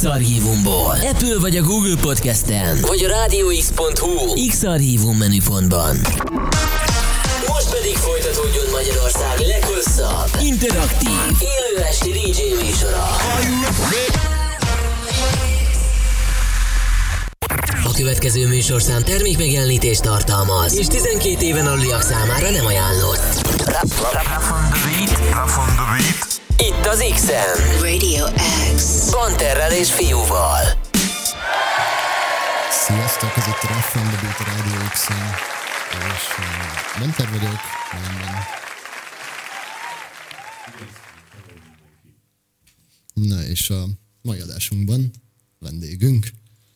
X-Archívumból. Apple vagy a Google Podcasten, vagy a radiox.hu X-Archívum menüpontban. Most pedig folytatódjon Magyarország leghosszabb, interaktív, élő esti DJ műsora. A következő műsorszám termékmegjelenítést tartalmaz, és 12 éven aluliak számára nem ajánlott. Itt az X-en. Radio X. Banterrel és Fiúval. Sziasztok, ez itt a Rough on the Beat, a Radio X-en. És Banter vagyok, nem. Na és a mai adásunkban vendégünk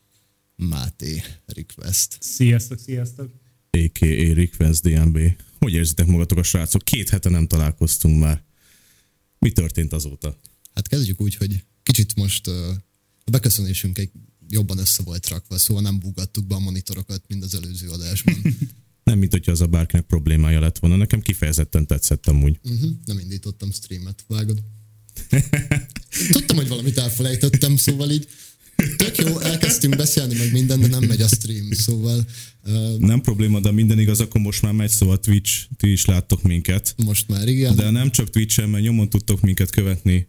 Máté Request. Sziasztok! A.K.A. Request DMB. Hogy érzitek magatok a srácok? 2 hete nem találkoztunk már. Mi történt azóta? Hát kezdjük úgy, hogy kicsit most a beköszönésünk egy jobban össze volt rakva, szóval nem búgattuk be a monitorokat, mint az előző adásban. Nem, mint hogyha az a bárkinek problémája lett volna. Nekem kifejezetten tetszett amúgy. Nem indítottam streamet, vágod? Tudtam, hogy valamit elfelejtettem, szóval így tök jó, elkezdtünk beszélni meg minden, de nem megy a stream, szóval... Nem probléma, de minden igaz, akkor most már megy, szóval Twitch, ti is láttok minket. Most már igen. De nem csak Twitch-en, mert nyomon tudtok minket követni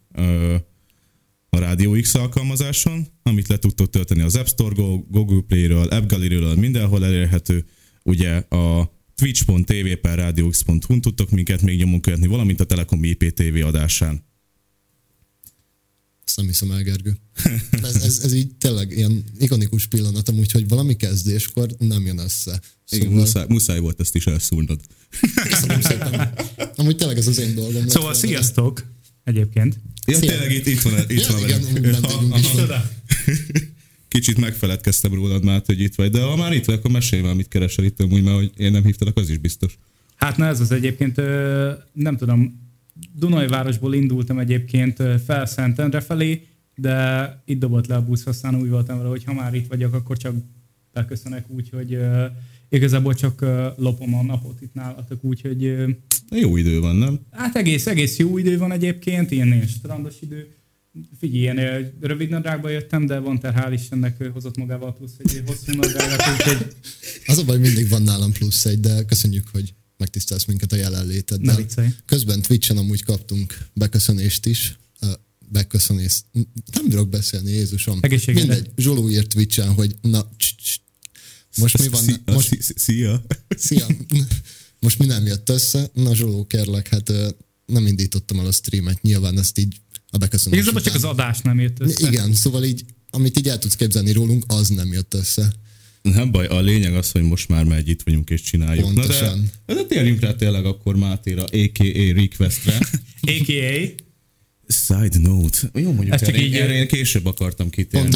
a Radio X alkalmazáson, amit le tudtok tölteni az App Store, Google Play-ről, App Gallery-ről, mindenhol elérhető. Ugye a twitch.tv/radiox.hu-n tudtok minket még nyomon követni, valamint a Telekom IPTV adásán. Ezt nem hiszem el, Gergő. Ez így tényleg ilyen ikonikus pillanatom, úgyhogy valami kezdéskor nem jön össze. Szóval... Igen, muszáj volt ezt is elszúrnod. Köszönöm szépen. Amúgy tényleg ez az én dolgom. Szóval sziasztok egyébként. Ja, tényleg itt van vendégünk is van. Kicsit megfeledkeztem rólad már, hogy itt vagy, de ha már itt vagy, akkor mesélj már, mit keresel itt amúgy, mert hogy én nem hívtalak, az is biztos. Hát na ez az egyébként, nem tudom, Dunajvárosból indultam egyébként fel Szentendre felé, de itt dobott le a busz, aztán úgy voltam vele, hogy ha már itt vagyok, akkor csak beköszönek úgy, hogy igazából csak lopom a napot itt nálatok, úgyhogy... Jó idő van, nem? Hát egész jó idő van egyébként, ilyen strandos idő. Figyelj, ilyen rövid nadrágba jöttem, de Banter hál' Istennek hozott magával plusz egy hosszú nadrágot, úgyhogy... Az a baj, mindig van nálam plusz egy, de köszönjük, hogy megtisztelsz minket a jelenléteddel. Közben Twitch-en amúgy kaptunk beköszönést is. Beköszönést. Nem bírok beszélni, Jézusom. Mindegy. Zsoló írt Twitch-en, hogy na, most mi van? Szia. Szia. Most mi nem jött össze? Na Zsoló, kérlek, hát nem indítottam el a streamet. Nyilván ezt így a beköszönés igazából csak az adás nem jött össze. Igen, szóval így, amit így el tudsz képzelni rólunk, az nem jött össze. Nem baj, a lényeg az, hogy most már megy, itt vagyunk és csináljuk. Pontosan. Na de térjünk rá tényleg akkor Mátéra, A.K.A. Requestre. A.K.A. Side note. Jó, mondjuk erre én később akartam kitérni.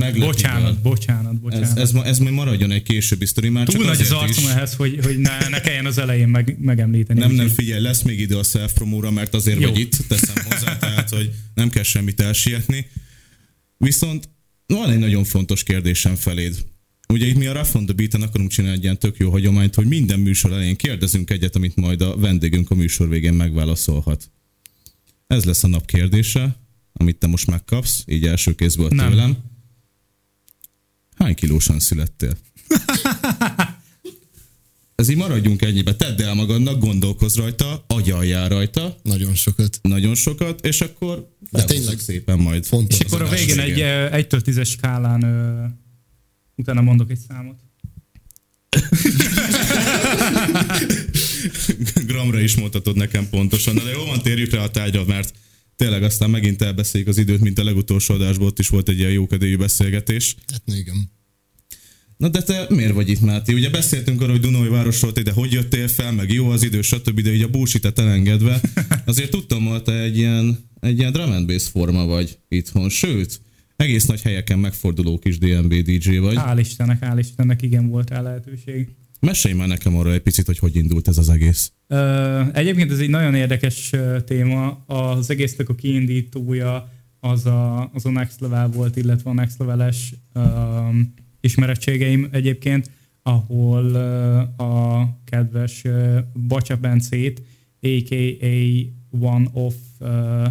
Bocsánat. Ez majd maradjon egy későbbi sztori. Már túl csak nagy az arcom ehhez, hogy ne kelljen az elején megemlíteni. Nem, figyelj, lesz még idő a self-promóra, mert azért vagy itt, teszem hozzá, tehát, hogy nem kell semmit elsietni. Viszont van egy nagyon fontos kérdésem feléd. Ugye itt mi a Rough on the Beat-en akarunk csinálni egy ilyen tök jó hagyományt, hogy minden műsor elején kérdezünk egyet, amit majd a vendégünk a műsor végén megválaszolhat. Ez lesz a nap kérdése, amit te most megkapsz, így első kézből tőlem. Hány kilósan születtél? Ez így maradjunk ennyibe. Tedd el magadnak, gondolkozz rajta, agyaljál rajta. Nagyon sokat, és akkor tényleg szépen majd. És akkor a végén egy 1-től 10-es skálán utána mondok egy számot. Gramra is mondhatod nekem pontosan. De jó van, térjük rá a tárgyra, mert tényleg aztán megint elbeszéljük az időt, mint a legutolsó adásból, ott is volt egy ilyen jókedélyű beszélgetés. Hát igen. Na de te miért vagy itt, Máté? Ugye beszéltünk arról, hogy Dunajvárosról, de hogy jöttél fel, meg jó az idő, stb. De így a bullshit-et elengedve, azért tudtam, hogy te egy ilyen drum and bass forma vagy itthon, sőt, egész nagy helyeken megforduló kis DMB DJ vagy. Hál' Istennek, igen, volt rá lehetőség. Mesélj már nekem arra egy picit, hogy indult ez az egész. Egyébként ez egy nagyon érdekes téma. Az egésznek a kiindítója az a Next Level volt, illetve a Next Level-es ismerettségeim egyébként, ahol a kedves Bacsa Bencét, a.k.a. One of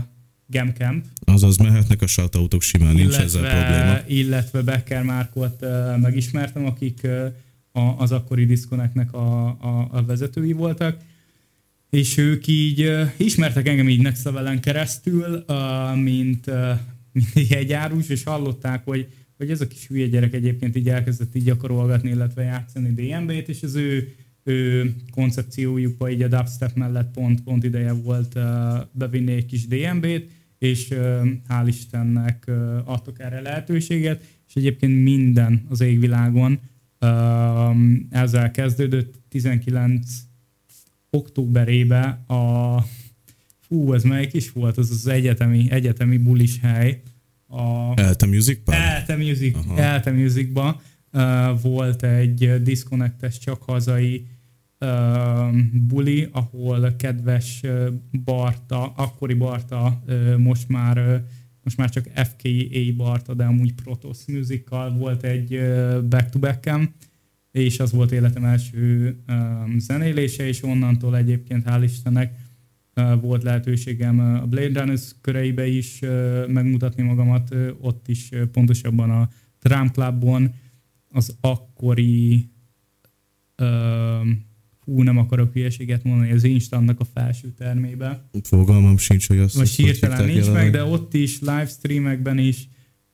Gamecamp. Azaz mehetnek a shoutoutok simán, nincs ezzel probléma. Illetve Becker Márkot megismertem, akik az akkori Disconnectnek a vezetői voltak, és ők így ismertek engem így Next Levelen keresztül, mint jegyárus, és hallották, hogy ez a kis hülye gyerek egyébként így elkezdett így gyakorolgatni, illetve játszani DMB-t, és az ő koncepciójukban így a dubstep mellett pont ideje volt bevinni egy kis DMB-t, és hál' Istennek adtak erre lehetőséget, és egyébként minden az égvilágon ezzel kezdődött. 19 októberében ez melyik is volt? Az egyetemi bulis hely. Elte Music Pub? Elte Musicban volt egy Disconnectes csak hazai buli, ahol kedves Barta, akkori Barta, most már csak FKA Barta, de amúgy Protos Musical volt egy back-to-back-em, és az volt életem első zenélése, és onnantól egyébként hál' Istennek volt lehetőségem a Blade Runners köreibe is megmutatni magamat, ott is pontosabban a Drum Clubon, az akkori nem akarok hülyeséget mondani, az Instantnak a felső termébe. Fogalmam sincs, hogy azt most hirtelen nincs meg, de ott is, livestreamekben is,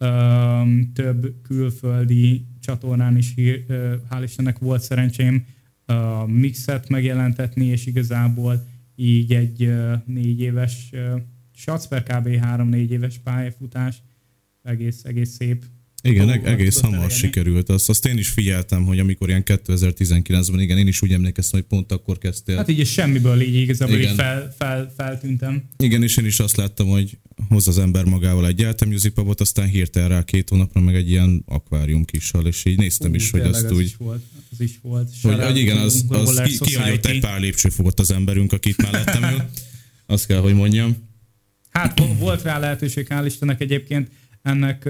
több külföldi csatornán is, hál' Istennek volt szerencsém mixet megjelentetni, és igazából így egy 4 éves, Shots per kb. 3-4 éves pályafutás, egész szép. Igen, egész hamar sikerült. Azt én is figyeltem, hogy amikor ilyen 2019-ben, igen, én is úgy emlékeztem, hogy pont akkor kezdtél. Hát így semmiből így igazából így feltűntem. Igen, és én is azt láttam, hogy hoz az ember magával egy Elte Music Pubot, aztán hirtelen rá 2 hónapra meg egy ilyen akvárium kissal, és így néztem is, hogy azt úgy... Az is volt. Hogy igen, az kihagyott egy pár lépcsőfokot az emberünk, akit mellettem ül. Azt kell, hogy mondjam. Hát volt rá lehetőség, hál' Istennek egyébként ennek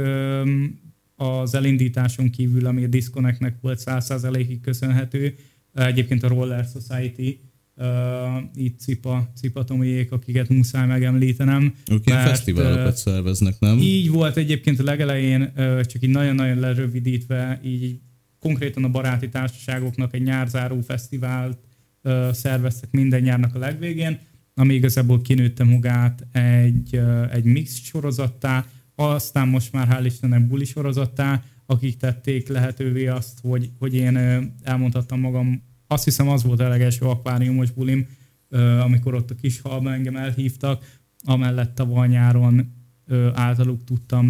az elindításon kívül, ami a Disconnectnek volt 100%-ig köszönhető. Egyébként a Roller Society, itt Cipa Tomiék, akiket muszáj megemlítenem. Ők ilyen fesztiválokat szerveznek, nem? Így volt egyébként a legelején, csak így nagyon-nagyon lerövidítve, így konkrétan a baráti társaságoknak egy nyárzáró fesztivált szerveztek minden nyárnak a legvégén, ami igazából kinőtte magát egy mix sorozattá, aztán most már hál' Istennek buli sorozattá, akik tették lehetővé azt, hogy én elmondhattam magam, azt hiszem az volt a legelső akváriumos bulim, amikor ott a Kishalba engem elhívtak, amellett tavaly nyáron általuk tudtam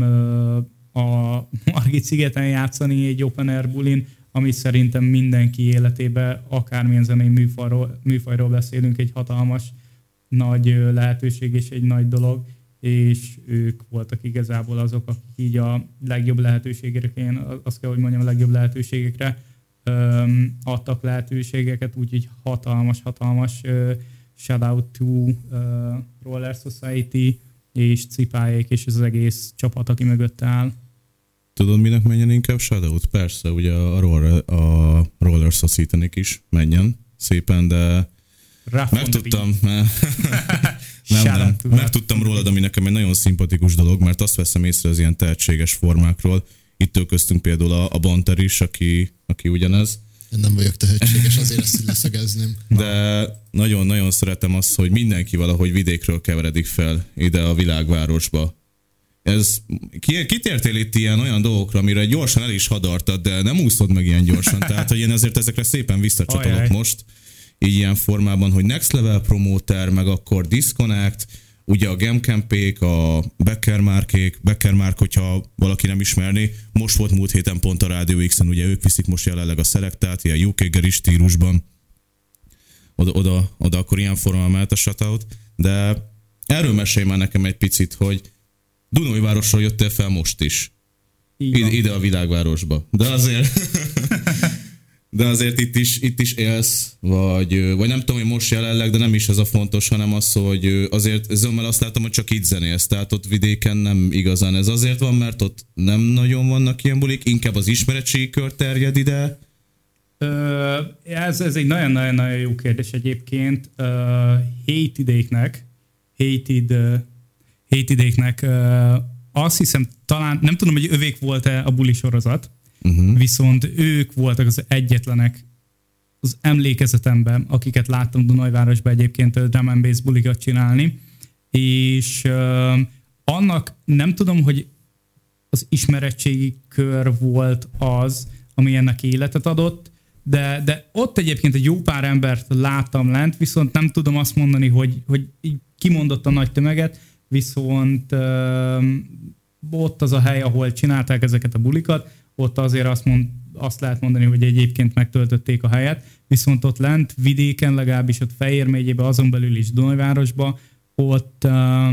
a Margit szigeten játszani egy open air bulin, ami szerintem mindenki életében, akármilyen zenei műfajról beszélünk, egy hatalmas nagy lehetőség és egy nagy dolog, és ők voltak igazából azok, akik így a legjobb lehetőségekre, én azt kell, hogy mondjam, a legjobb lehetőségekre adtak lehetőségeket, úgyhogy hatalmas shout out to Roller Society és Cipáék és az egész csapat, aki mögött áll. Tudod, minek menjen inkább shoutout? Persze, ugye a Roller Society-nek is menjen szépen, de megtudtam, megtudtam rólad, ami nekem egy nagyon szimpatikus dolog, mert azt veszem észre az ilyen tehetséges formákról. Itt köztünk például a Banter is, aki ugyanez. Én nem vagyok tehetséges, azért ezt leszögezném. De nagyon-nagyon szeretem azt, hogy mindenki valahogy vidékről keveredik fel ide a világvárosba. Kitértél itt ilyen olyan dolgokra, amire gyorsan el is hadartad, de nem úszod meg ilyen gyorsan. Tehát, hogy én ezért ezekre szépen visszacsatolok most. Így ilyen formában, hogy Next Level Promoter, meg akkor Disconnect, ugye a Gamecamp-ék, a Becker Mark, hogyha valaki nem ismerné, most volt múlt héten pont a Radio X-en, ugye ők viszik most jelenleg a Selectát, ilyen UK geris stílusban, oda akkor ilyen formában mehet a shoutout, de erről mesélj már nekem egy picit, hogy Dunaújvárosról jöttél fel most is. Ide a világvárosba. De azért itt is élsz, vagy nem tudom, hogy most jelenleg, de nem is ez a fontos, hanem az, hogy azért zömmel azt látom, hogy csak itt zenélsz, tehát ott vidéken nem igazán ez azért van, mert ott nem nagyon vannak ilyen bulik, inkább az ismeretségi kör terjed ide. Ez egy nagyon-nagyon jó kérdés egyébként. Hated Hétidéknek azt hiszem, talán nem tudom, hogy övék volt-e a buli sorozat, viszont ők voltak az egyetlenek az emlékezetemben, akiket láttam Dunajvárosban egyébként drum and bass bulikat csinálni, és annak nem tudom, hogy az ismeretségi kör volt az, ami ennek életet adott, de ott egyébként egy jó pár embert láttam lent, viszont nem tudom azt mondani, hogy kimondott a nagy tömeget, viszont ott az a hely, ahol csinálták ezeket a bulikat, ott azért azt lehet mondani, hogy egyébként megtöltötték a helyet, viszont ott lent vidéken, legalábbis ott Fejér megyében, azon belül is Dunajvárosban, ott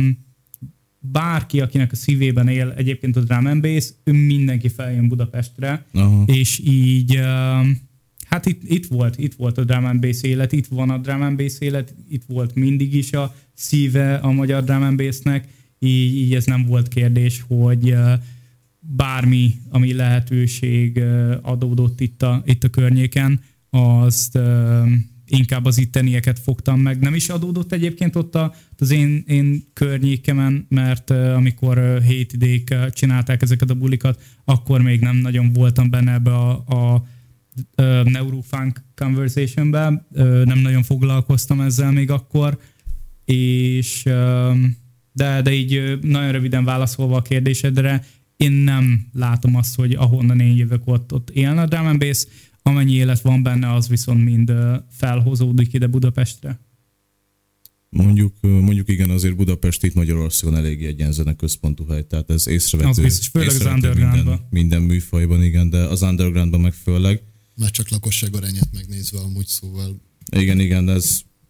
bárki, akinek a szívében él egyébként a drum and bass, ő mindenki feljön Budapestre, és így hát itt volt a drum and bass élet, itt van a drum and bass élet, itt volt mindig is a szíve a magyar drum and bassnek, így ez nem volt kérdés, hogy bármi, ami lehetőség adódott itt a környéken, azt inkább az ittenieket fogtam meg. Nem is adódott egyébként ott az én környékemen, mert amikor hétidék csinálták ezeket a bulikat, akkor még nem nagyon voltam benne ebbe a Neurofunk Conversation-ben, nem nagyon foglalkoztam ezzel még akkor, és de így nagyon röviden válaszolva a kérdésedre, én nem látom azt, hogy ahonnan én jövök, ott élne a drum and bass, amennyi élet van benne, az viszont mind felhozódik ide Budapestre. Mondjuk igen, azért Budapest itt Magyarországon eléggé egy ilyen zeneközpontú hely, tehát ez észrevető. Az biztos, főleg az undergroundban. Minden műfajban, igen, de az undergroundban meg főleg. Már csak lakosság arányát megnézve amúgy, szóval. Igen, de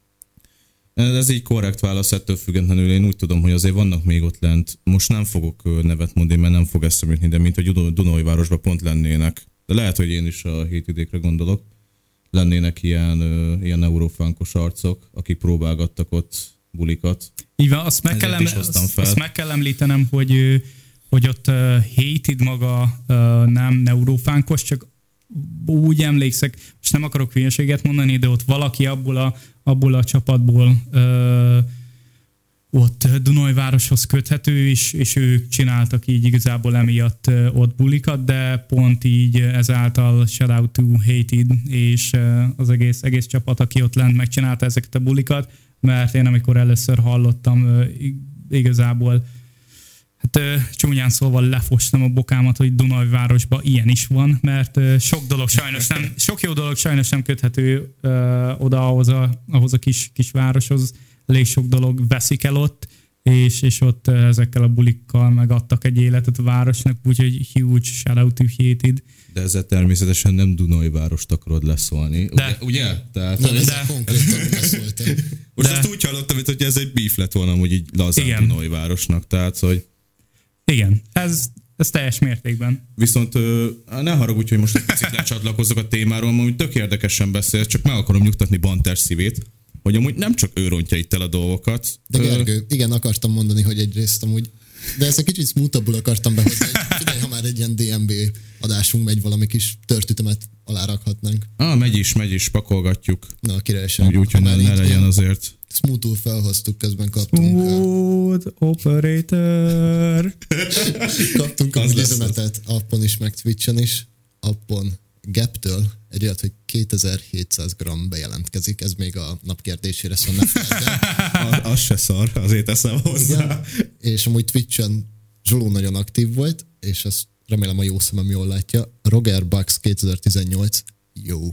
ez így korrekt válasz, ettől függetlenül én úgy tudom, hogy azért vannak még ott lent, most nem fogok nevet mondani, mert nem fog eszembe jutni, de mint a Dunajvárosban pont lennének. De lehet, hogy én is a hétidékre gondolok. Lennének ilyen eurofunkos arcok, akik próbálgattak ott bulikat. Így van, azt meg kell említenem, hogy ott hétid maga nem neurofunkos, csak úgy emlékszek, most nem akarok hülyeséget mondani, de ott valaki abból a csapatból ott Dunajvároshoz köthető, és ők csináltak így igazából emiatt ott bulikat, de pont így ezáltal shout out to Hated, és az egész csapat, aki ott lent megcsinálta ezeket a bulikat, mert én amikor először hallottam, igazából hát csúnyán szólva lefostam a bokámat, hogy Dunajvárosban ilyen is van, mert sok jó dolog sajnos nem köthető oda ahhoz a kis városhoz, elég sok dolog veszik el ott, és ott ezekkel a bulikkal megadtak egy életet a városnak, úgyhogy huge shout out to Hated. De ezzel természetesen nem Dunajvárost akarod leszólni, ugye? Tehát, nem, ezzel konkrétan leszóltam. Most ezt úgy hallottam, hogy ez egy beef lett volna, hogy így lazán Dunajvárosnak, tehát, hogy... Igen, ez teljes mértékben. Viszont ne haragudj, hogy most egy picit lecsatlakozzak a témáról, mert tök érdekesen beszélsz, csak meg akarom nyugtatni Banter szívét, hogy amúgy nem csak ő rontja itt el a dolgokat. De Gergő, igen, akartam mondani, hogy egyrészt amúgy, de ezt egy kicsit smoothabbul akartam behozni, hogy figyelj, ha már egy ilyen DMB adásunk megy, valami kis történetet alárakhatnánk. Megy is, pakolgatjuk. Na, a királyság. Úgyhogy ne legyen azért. Smoothul felhoztuk, közben kaptunk. Smooth operator. Kaptunk a üzenetet appon is, meg Twitchen is. Appon Gap-től egy olyat, hogy 2700 g bejelentkezik, ez még a napkérdésére, szóval ne felejtsd. Az se szar, azért teszem hozzá. Igen. És amúgy Twitchen Zsoló nagyon aktív volt, és azt remélem a jó szemem jól látja. Roger Bucks 2018, jó.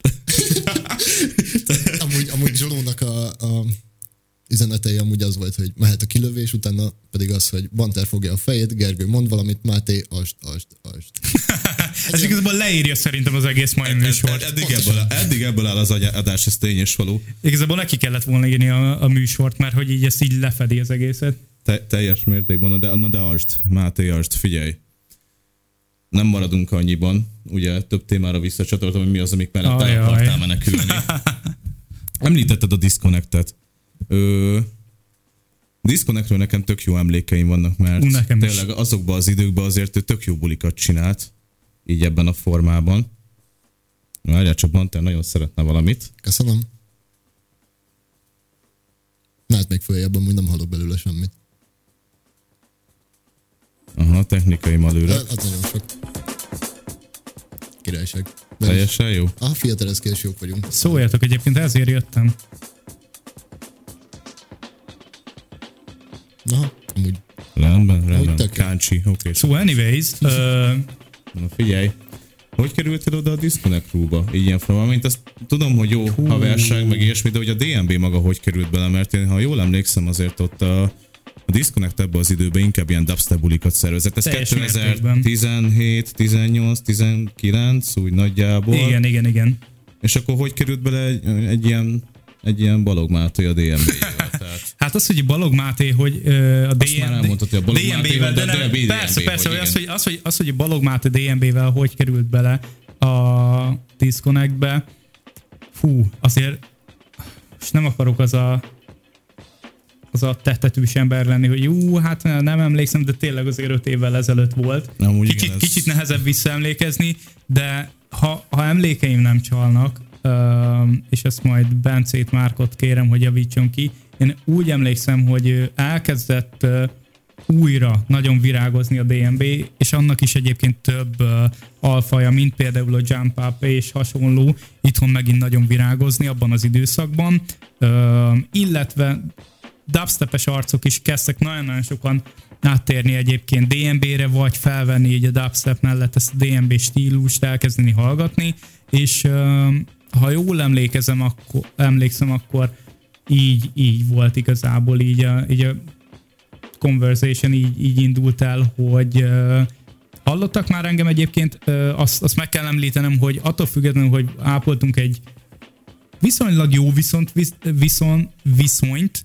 amúgy Zsolónak a üzenetei amúgy az volt, hogy mehet a kilövés, utána pedig az, hogy Banter fogja a fejét, Gergő mond valamit, Máté, ast. Ez igazából leírja szerintem az egész mai műsort. Eddig ebből áll az adás, ez tény és való. Igazából neki kellett volna írni a műsort, mert hogy így ezt így lefedi az egészet. Teljes mértékben, de ast, Máté, ast, figyelj. Nem maradunk annyiban, ugye több témára visszacsatoltam, hogy mi az, amik mellett el akartál menekülni. Említetted a Disconnectet. Disconnectről nekem tök jó emlékeim vannak, mert tényleg azokban az időkben azért ő tök jó bulikat csinált, így ebben a formában. Várjál csak, Banter nagyon szeretne valamit. Köszönöm. Na, hát még följebb, amúgy nem hallok belőle semmit. Jó, Aha, technikai malőre. Az nagyon sok. Királyság. Teljesen jó? A filterezkés jók vagyunk. Szóljatok, egyébként ezért jöttem. Aha, amúgy. Rendben. Káncsi, oké. So anyways, na figyelj, hogy kerültél oda a Disconnect Crew-ba? Így ilyen formában, mint azt tudom, hogy jó haverság, meg ilyesmi, de hogy a DNB maga hogy került bele, mert én, ha jól emlékszem, azért ott a Disconnect ebben az időben inkább ilyen dubstep bulikat szervezett. Ez 2017, 18, 19, úgy nagyjából. Igen. És akkor hogy került bele egy ilyen Balog Máté a DNB-vel? Hát az, hogy Balog Máté, hogy a DNB-vel, de persze, hogy az, hogy Balog Máté DNB-vel hogy került bele a Disconnect-be, azért és nem akarok az a tettetűs ember lenni, hogy hát nem emlékszem, de tényleg azért 5 évvel ezelőtt volt. Kicsit nehezebb visszaemlékezni, de ha emlékeim nem csalnak, és ezt majd Bencét Márkot kérem, hogy javítson ki, én úgy emlékszem, hogy elkezdett újra nagyon virágozni a DNB, és annak is egyébként több alfaja, mint például a Jump Up és hasonló, itthon megint nagyon virágozni abban az időszakban, illetve dubstepes arcok is kezdtek nagyon-nagyon sokan áttérni egyébként DNB-re, vagy felvenni így a dubstep mellett ezt a DNB stílust, elkezdeni hallgatni, és ha jól emlékszem, akkor így volt igazából, így a conversation így indult el, hogy hallottak már engem egyébként, azt meg kell említenem, hogy attól függetlenül, hogy ápoltunk egy viszonylag jó viszonyt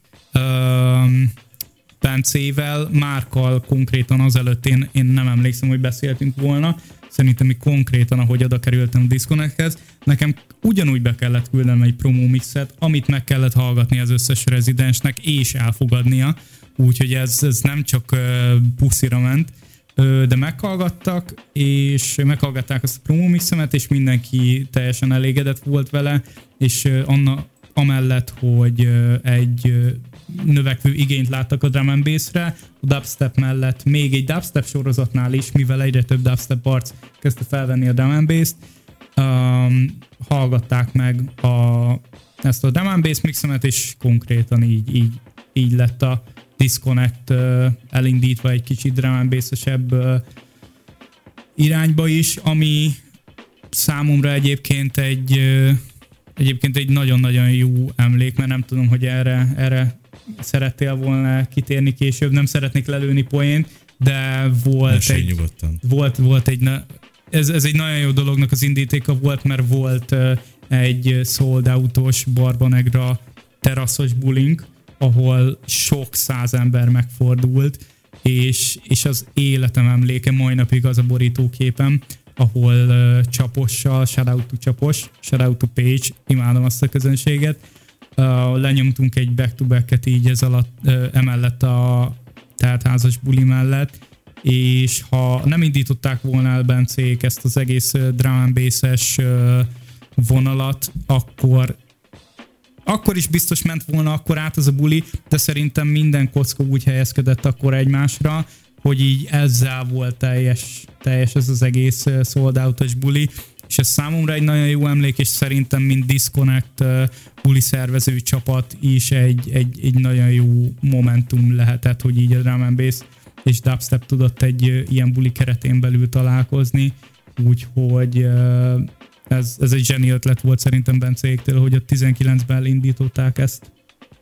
Bencével, Márkkal konkrétan azelőtt én nem emlékszem, hogy beszéltünk volna. Szerintem mi konkrétan, ahogy oda kerültem a Disconnecthez, nekem ugyanúgy be kellett küldenem egy promo mixet, amit meg kellett hallgatni az összes rezidensnek, és elfogadnia. Úgyhogy ez nem csak puszira ment, de meghallgatták azt a promo mixemet, és mindenki teljesen elégedett volt vele, és amellett, hogy egy növekvő igényt láttak a drum and bass-re, a dubstep mellett még egy dubstep sorozatnál is, mivel egyre több dubstep arc kezdte felvenni a drum and bass-t, hallgatták meg ezt a drum and bass mixemet, és konkrétan így lett a Disconnect elindítva egy kicsit drum and bass-esebb irányba is, ami számomra egyébként egy nagyon-nagyon jó emlék, mert nem tudom, hogy erre szerettél volna kitérni később, nem szeretnék lelőni poént, de volt egy ez egy nagyon jó dolognak az indítéka volt, mert volt egy sold out-os Barba Negra teraszos bulink, ahol sok száz ember megfordult, és az életem emléke mai napig az a borítóképem, ahol Csapossal, shout out to Page, imádom azt a közönséget, lenyomtunk egy back-to-back-et így ez alatt, emellett a teltházas buli mellett, és ha nem indították volna el Bencék ezt az egész drum and bass-es vonalat, akkor is biztos ment volna akkor át az a buli, de szerintem minden kocka úgy helyezkedett akkor egymásra, hogy így ezzel volt teljes ez az egész sold out-os buli, és ez számomra egy nagyon jó emlék, és szerintem mint Disconnect buli szervező csapat is egy nagyon jó momentum lehetett, hogy így a drum and bass és dubstep tudott egy ilyen buli keretén belül találkozni, úgyhogy ez egy zseni ötlet volt szerintem Bencéktől, hogy ott 19-ben indították ezt.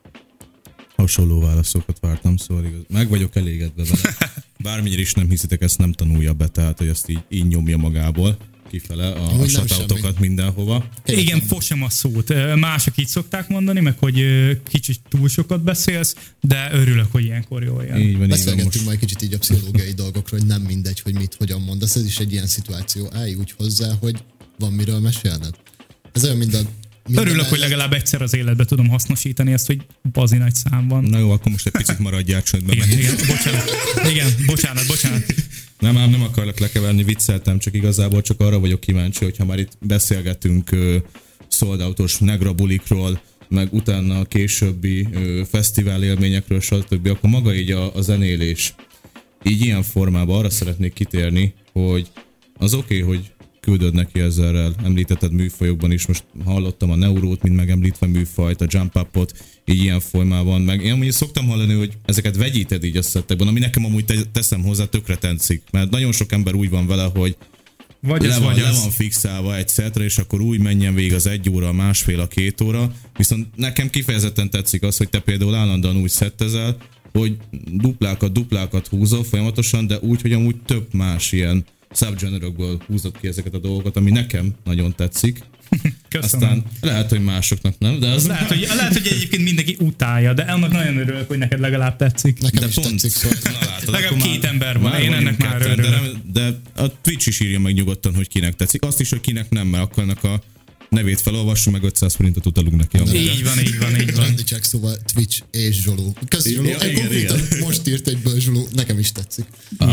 Hasonló válaszokat vártam, szóval igaz. Meg vagyok elégedve vele. Bármennyire is nem hiszitek, ezt nem tanulja be, tehát hogy ezt így nyomja magából kifele a shutoutokat mindenhova. Igen, fosem a szót. Mások így szokták mondani, meg hogy kicsit túl sokat beszélsz, de örülök, hogy ilyenkor jól jön. Így van, beszélgettünk majd kicsit így a pszichológiai dolgokról, hogy nem mindegy, hogy mit, hogyan mondasz. Ez is egy ilyen szituáció. Állj úgy hozzá, hogy van miről mesélned. Ez olyan minden. Örülök, hogy legalább egyszer az életben tudom hasznosítani ezt, hogy bazi nagy szám van. Na jó, akkor most egy picit maradjál csöndben. Igen, bocsánat. Nem akarlak lekeverni, vicceltem, csak igazából csak arra vagyok kíváncsi, hogyha már itt beszélgetünk sold out-os Negra bulikról, meg utána a későbbi fesztivál élményekről, stb., akkor maga így a zenélés, így ilyen formában arra szeretnék kitérni, hogy az oké, hogy küldöd neki ezzel, említetted műfajokban is, most hallottam a Neurót, mint megemlítve műfajt, a Jump Up-ot, így ilyen formában, meg én amúgy szoktam hallani, hogy ezeket vegyíted így a szettekben, ami nekem amúgy teszem hozzá, tökre tetszik, mert nagyon sok ember úgy van vele, hogy le van fixálva egy szetre, és akkor úgy menjen végig az 1 óra, a másfél, a 2 óra, viszont nekem kifejezetten tetszik az, hogy te például állandóan úgy szettezel, hogy duplákat húzol folyamatosan, de úgy, hogy amúgy több más ilyen subgenerokból húzott ki ezeket a dolgokat, ami nekem nagyon tetszik. Köszönöm. Aztán lehet, hogy másoknak nem, de az... Lehet, hogy egyébként mindenki utálja, de annak nagyon örülök, hogy neked legalább tetszik. Nekem is tetszik, szóval. Legalább 2 ember van, én ennek már örülök. De a Twitch is írja meg nyugodtan, hogy kinek tetszik. Azt is, hogy kinek nem, mert akkor ennek a nevét felolvassuk, meg 500 forintot utalunk neki. Így van. Rendi csak, szóval Twitch és Zsoló. Köszi Zsoló, konkrétan most írt egyből Zsoló, nekem is tetszik.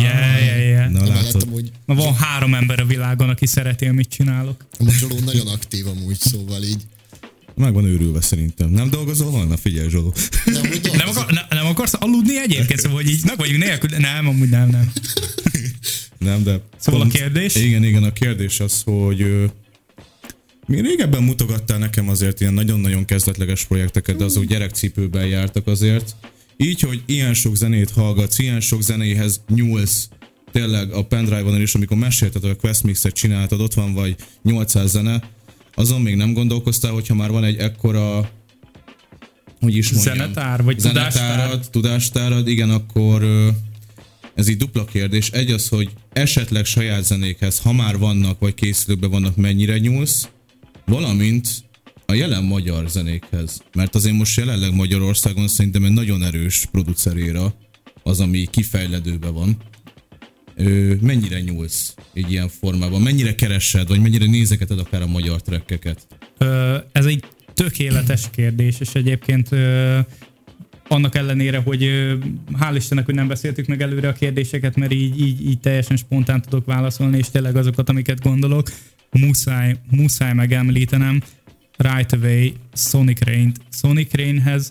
Yeah. Na látod. Van 3 ember a világon, aki szereti, amit csinálok. Zsoló nagyon aktív amúgy, szóval így. Meg van őrülve szerintem. Nem dolgozol volna? Figyelj, Zsoló. Nem akarsz aludni egyébként? Szóval, hogy így meg vagyunk nélkül? Nem, amúgy nem. Nem, de... Szóval a kérdés? Igen, a kérdés az, hogy... Mi régebben mutogattál nekem azért ilyen nagyon-nagyon kezdetleges projekteket, de azok gyerekcipőben jártak azért. Így, hogy ilyen sok zenét hallgatsz, ilyen sok zenéhez nyúlsz, tényleg a pendrive-on is, amikor mesélted, hogy a Quest Mixet csináltad, ott van vagy 800 zene, azon még nem gondolkoztál, hogyha már van egy ekkora, hogy is mondjam, zenetár, vagy tudástárad, igen, akkor ez így dupla kérdés. Egy az, hogy esetleg saját zenékhez, ha már vannak, vagy készülőkben vannak, mennyire nyúlsz, valamint a jelen magyar zenékhez. Mert azért most jelenleg Magyarországon szerintem egy nagyon erős produceréra az, ami kifejledőben van. Mennyire nyúlsz egy ilyen formában? Mennyire keresed, vagy mennyire nézegeted akár a magyar trekkeket? Ez egy tökéletes kérdés, és egyébként annak ellenére, hogy hál' Istennek, hogy nem beszéltük meg előre a kérdéseket, mert így teljesen spontán tudok válaszolni, és tényleg azokat, amiket gondolok, muszáj megemlítenem right away Sonic Rain-t. Sonic Rainhez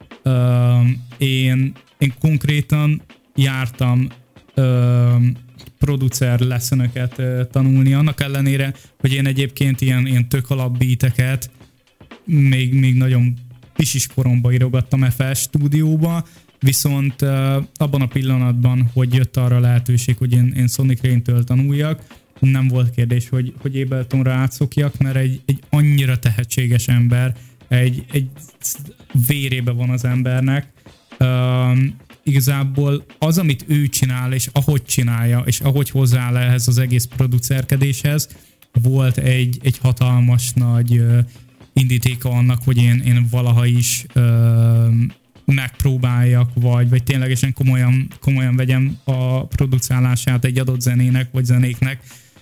én konkrétan jártam producer lessonöket tanulni, annak ellenére, hogy én egyébként ilyen tök alap beateket még nagyon pisis koromban írogattam FL stúdióba, viszont abban a pillanatban, hogy jött arra lehetőség, hogy én Sonic Rain-től tanuljak, nem volt kérdés, hogy Abletonra átszokjak, mert egy annyira tehetséges ember, egy vérébe van az embernek. Igazából az, amit ő csinál, és ahogy csinálja, és ahogy hozzááll ehhez az egész producerkedéshez, volt egy hatalmas nagy indítéka annak, hogy én valaha is megpróbáljak, vagy ténylegesen komolyan vegyem a producálását egy adott zenének, vagy zenéknek,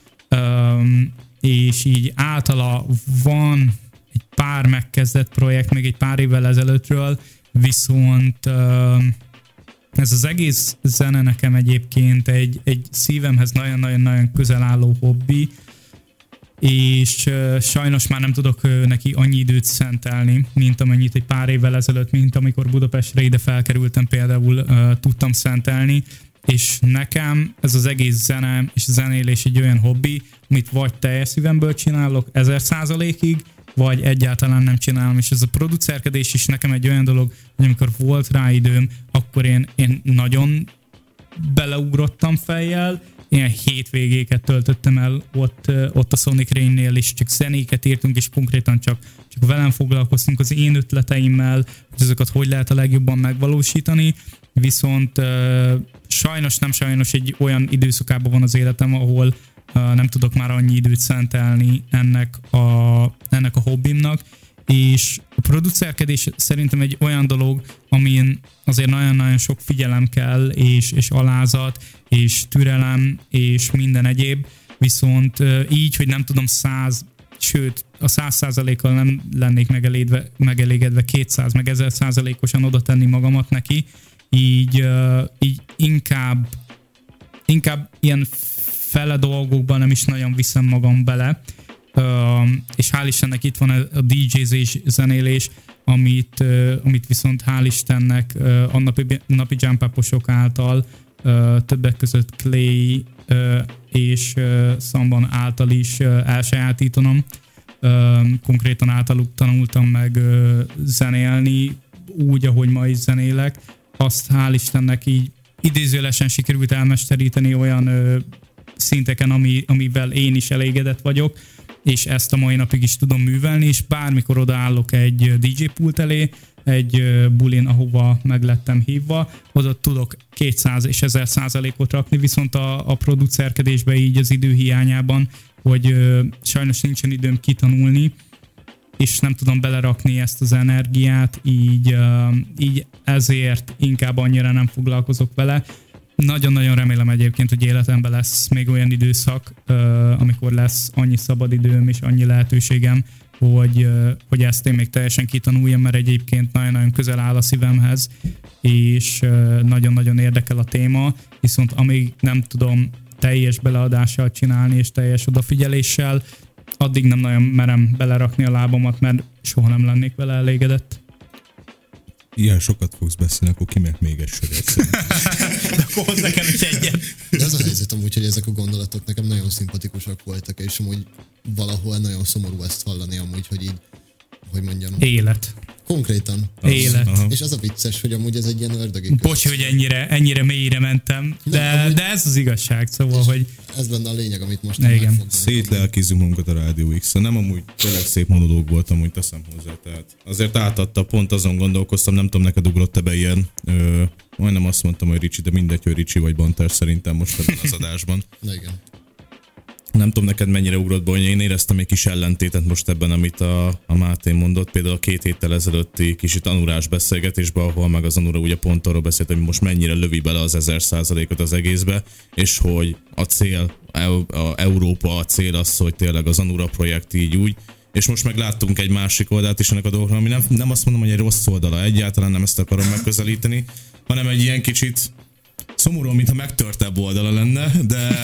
és így általa van egy pár megkezdett projekt, még egy pár évvel ezelőttről, viszont ez az egész zene nekem egyébként egy szívemhez nagyon-nagyon közel álló hobbi, és sajnos már nem tudok neki annyi időt szentelni, mint amennyit egy pár évvel ezelőtt, mint amikor Budapestre ide felkerültem, például tudtam szentelni, és nekem ez az egész zene és zenélés egy olyan hobbi, amit vagy teljes szívemből csinálok 1000%-ig, vagy egyáltalán nem csinálom, és ez a producerkedés is nekem egy olyan dolog, hogy amikor volt rá időm, akkor én nagyon beleugrottam fejjel, ilyen hétvégéket töltöttem el ott a Sonic Rain-nél, és csak zenéket írtunk, és konkrétan csak velem foglalkoztunk az én ötleteimmel, hogy azokat hogy lehet a legjobban megvalósítani, viszont sajnos egy olyan időszakában van az életem, ahol nem tudok már annyi időt szentelni ennek a hobbimnak, és a producerkedés szerintem egy olyan dolog, amin azért nagyon-nagyon sok figyelem kell, és alázat, és türelem, és minden egyéb, viszont így, hogy nem tudom 100, a 100%-kal nem lennék megelégedve 200, meg 1000%-osan oda tenni magamat neki, így inkább ilyen fele dolgokban nem is nagyon viszem magam bele, és hál' Istennek itt van a DJ-zés, zenélés, amit viszont hál' Istennek a napi jump-uposok által többek között Clay és Szamban által is elsajátítanom. Konkrétan általuk tanultam meg zenélni, úgy, ahogy ma is zenélek. Azt hál' Istennek így idézőlesen sikerült elmesteríteni olyan szinteken, amivel én is elégedett vagyok, és ezt a mai napig is tudom művelni, és bármikor odaállok egy DJ pult elé, egy bulin, ahova meg lettem hívva, oda tudok 200 és 1000%-ot rakni, viszont a producerkedésben így az idő hiányában, hogy sajnos nincsen időm kitanulni, és nem tudom belerakni ezt az energiát, így ezért inkább annyira nem foglalkozok vele. Nagyon-nagyon remélem egyébként, hogy életemben lesz még olyan időszak, amikor lesz annyi szabadidőm és annyi lehetőségem, hogy ezt én még teljesen kitanuljam, mert egyébként nagyon-nagyon közel áll a szívemhez, és nagyon-nagyon érdekel a téma, viszont amíg nem tudom teljes beleadással csinálni és teljes odafigyeléssel, addig nem nagyon merem belerakni a lábamat, mert soha nem lennék vele elégedett. Ilyen sokat fogsz beszélni, akkor kimek még egy sörét. De akkor hozzá nekem is egyet. De az a helyzet amúgy, hogy ezek a gondolatok nekem nagyon szimpatikusak voltak, és amúgy valahol nagyon szomorú ezt hallani amúgy, hogy így, hogy mondjam. Élet. Konkrétan. Élet. És az a vicces, hogy amúgy ez egy ilyen ördögi kör. Bocs, hogy ennyire mélyre mentem, de ez az igazság, szóval, hogy... Ez lenne a lényeg, amit most megfogunk. Szétlelkizzünk magunkat a Rádió X-en. Nem amúgy tényleg szép monológ volt, amúgy teszem hozzá. Tehát azért átadta, pont azon gondolkoztam, nem tudom, neked ugrott-e be ilyen, majdnem azt mondtam, hogy Ricsi, de mindegy, hogy Ricsi vagy Banter szerintem most ebben az adásban. Na igen. Nem tudom neked mennyire ugrott be, hogy én éreztem egy kis ellentétet most ebben, amit a Máté mondott, például a 2 héttel ezelőtti kicsit Anurás beszélgetésben, ahol meg az Anura ugye pont arról beszélt, hogy most mennyire lövi bele az 1000%-ot az egészbe, és hogy a cél, Európa a cél az, hogy tényleg az Anura projekt így úgy, és most meg láttunk egy másik oldalt is ennek a dolgoknak, ami nem azt mondom, hogy egy rossz oldala, egyáltalán nem ezt akarom megközelíteni, hanem egy ilyen szomorú, mintha megtörtebb oldala lenne, de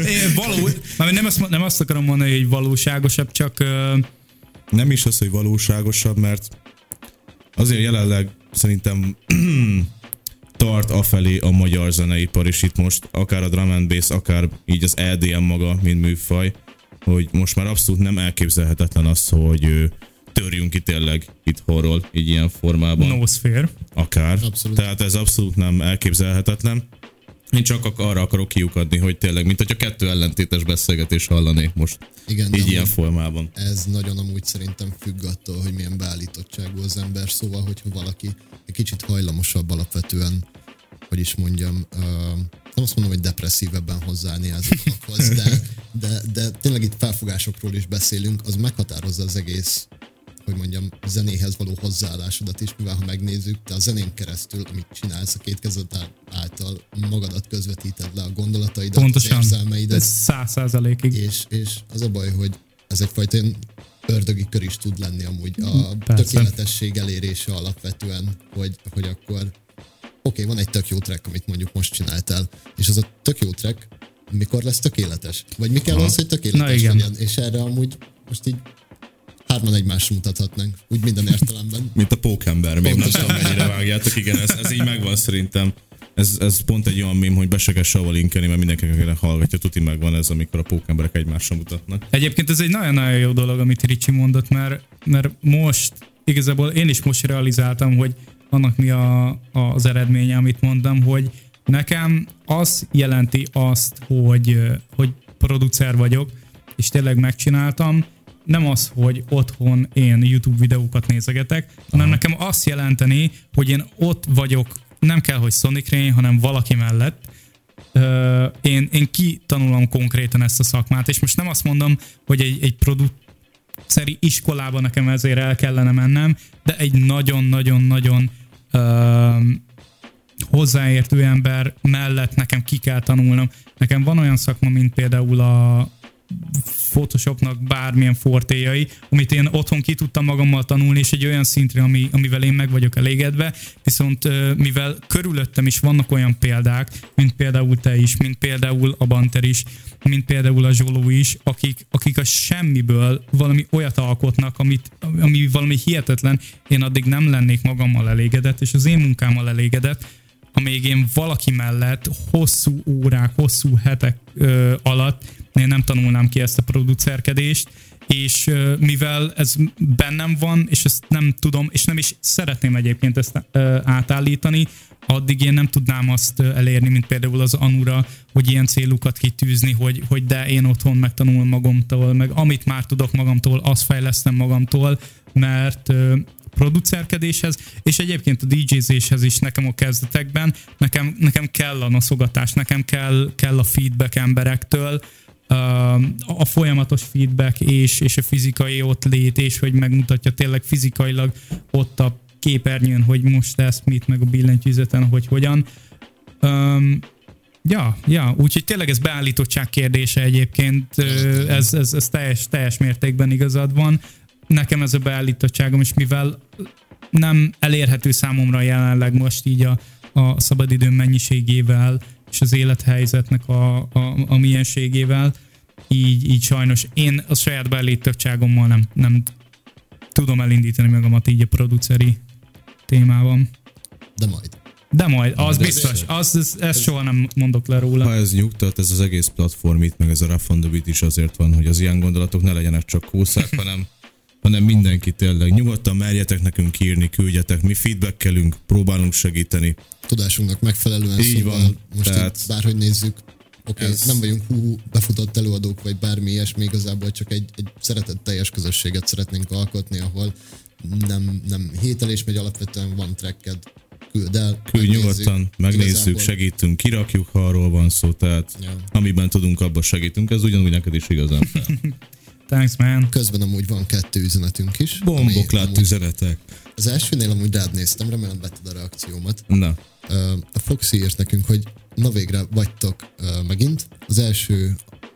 nem azt akarom mondani, hogy valóságosabb, csak... Nem is az, hogy valóságosabb, mert azért jelenleg szerintem tart afelé a magyar zeneipar, és itt most akár a drum and bass, akár így az EDM maga, mint műfaj, hogy most már abszolút nem elképzelhetetlen az, hogy törjünk ki tényleg itthonról, így ilyen formában. Nosphere. Akár. Abszolút. Tehát ez abszolút nem elképzelhetetlen. Én csak arra akarok kiukadni, hogy tényleg, mint hogyha 2 ellentétes beszélgetés hallanék most. Igen, így ilyen formában. Ez nagyon amúgy szerintem függ attól, hogy milyen beállítottságú az ember, szóval, hogyha valaki egy kicsit hajlamosabb alapvetően, hogy is mondjam, nem azt mondom, hogy depresszívebben hozzáállni azokhoz, de tényleg itt felfogásokról is beszélünk, az meghatározza az egész, hogy mondjam, zenéhez való hozzáállásodat is, mivel ha megnézzük, te a zenén keresztül, amit csinálsz a 2 kezed által, magadat közvetíted le, a gondolataidat, pontosan, az érzelmeidet. Ez 100%-ig. És az a baj, hogy ez egyfajta ilyen ördögi kör is tud lenni amúgy a tökéletesség elérése alapvetően, hogy akkor oké, van egy tök jó track, amit mondjuk most csináltál, és az a tök jó track mikor lesz tökéletes? Vagy mi kell az, hogy tökéletes legyen? És erre amúgy most így 3 egymásra mutathatnánk, úgy minden értelemben. Mint a Pókember, még nem tudom, mennyire vágjátok, igen, ez így megvan szerintem. Ez pont egy olyan mém, hogy be se kell sehova linkelni, mert mindenkinek hallgatja, tuti megvan ez, amikor a pókemberek egymásra mutatnak. Egyébként ez egy nagyon-nagyon jó dolog, amit Ricsi mondott, mert most igazából én is most realizáltam, hogy annak mi az eredménye, amit mondtam, hogy nekem az jelenti azt, hogy producer vagyok, és tényleg megcsináltam, nem az, hogy otthon én YouTube videókat nézegetek, hanem nekem azt jelenteni, hogy én ott vagyok, nem kell, hogy Sonic Rain, hanem valaki mellett. Én kitanulom konkrétan ezt a szakmát, és most nem azt mondom, hogy egy produceri iskolába nekem ezért el kellene mennem, de egy nagyon-nagyon-nagyon hozzáértő ember mellett nekem ki kell tanulnom. Nekem van olyan szakma, mint például a Photoshopnak bármilyen fortéjai, amit én otthon ki tudtam magammal tanulni, és egy olyan szintre, amivel én meg vagyok elégedve, viszont mivel körülöttem is vannak olyan példák, mint például te is, mint például a Banter is, mint például a Zsoló is, akik a semmiből valami olyat alkotnak, ami valami hihetetlen, én addig nem lennék magammal elégedett, és az én munkámmal elégedett, amíg én valaki mellett hosszú órák, hosszú hetek alatt én nem tanulnám ki ezt a producerkedést, és mivel ez bennem van, és ezt nem tudom, és nem is szeretném egyébként ezt átállítani, addig én nem tudnám azt elérni, mint például az Anura, hogy ilyen célukat kitűzni, hogy de én otthon megtanulom magamtól, meg amit már tudok magamtól, azt fejlesztem magamtól, mert producerkedéshez, és egyébként a DJ-zéshez is nekem a kezdetekben, nekem kell a noszogatás, nekem kell a feedback emberektől, a folyamatos feedback és a fizikai ott lét, és hogy megmutatja tényleg fizikailag ott a képernyőn, hogy most ezt mit, meg a billentyűzeten, hogy hogyan. Úgyhogy tényleg ez beállítottság kérdése egyébként, ez teljes mértékben igazad van. Nekem ez a beállítottságom, és mivel nem elérhető számomra jelenleg most így a szabadidőm mennyiségével, és az élethelyzetnek a mienségével, így sajnos én a saját beállítottságommal nem tudom elindítani magamat így a produceri témában. De majd, az biztos, ezt soha nem mondok le róla. Ha ez nyugtat, ez az egész platform itt, meg ez a Rough on the Beat is azért van, hogy az ilyen gondolatok ne legyenek csak kószák, hanem mindenki tényleg. Nyugodtan merjetek nekünk írni, küldjetek, mi feedbackelünk, próbálunk segíteni. Tudásunknak megfelelően, így szóval van, most itt bárhogy nézzük, nem vagyunk befutott előadók, vagy bármi ilyesmi, igazából csak egy szeretetteljes közösséget szeretnénk alkotni, ahol nem hételés megy, alapvetően van tracked, küld el. Küld nyugodtan, megnézzük, igazából segítünk, kirakjuk, ha arról van szó, tehát amiben tudunk, abban segítünk, ez ugyanúgy neked is igazán. Thanks, man. Közben amúgy van 2 üzenetünk is. Bomboklátt üzenetek. Az elsőnél amúgy rád néztem, remélem vetted a reakciómat. Na. A Foxy írt nekünk, hogy na végre vagytok megint. Az első...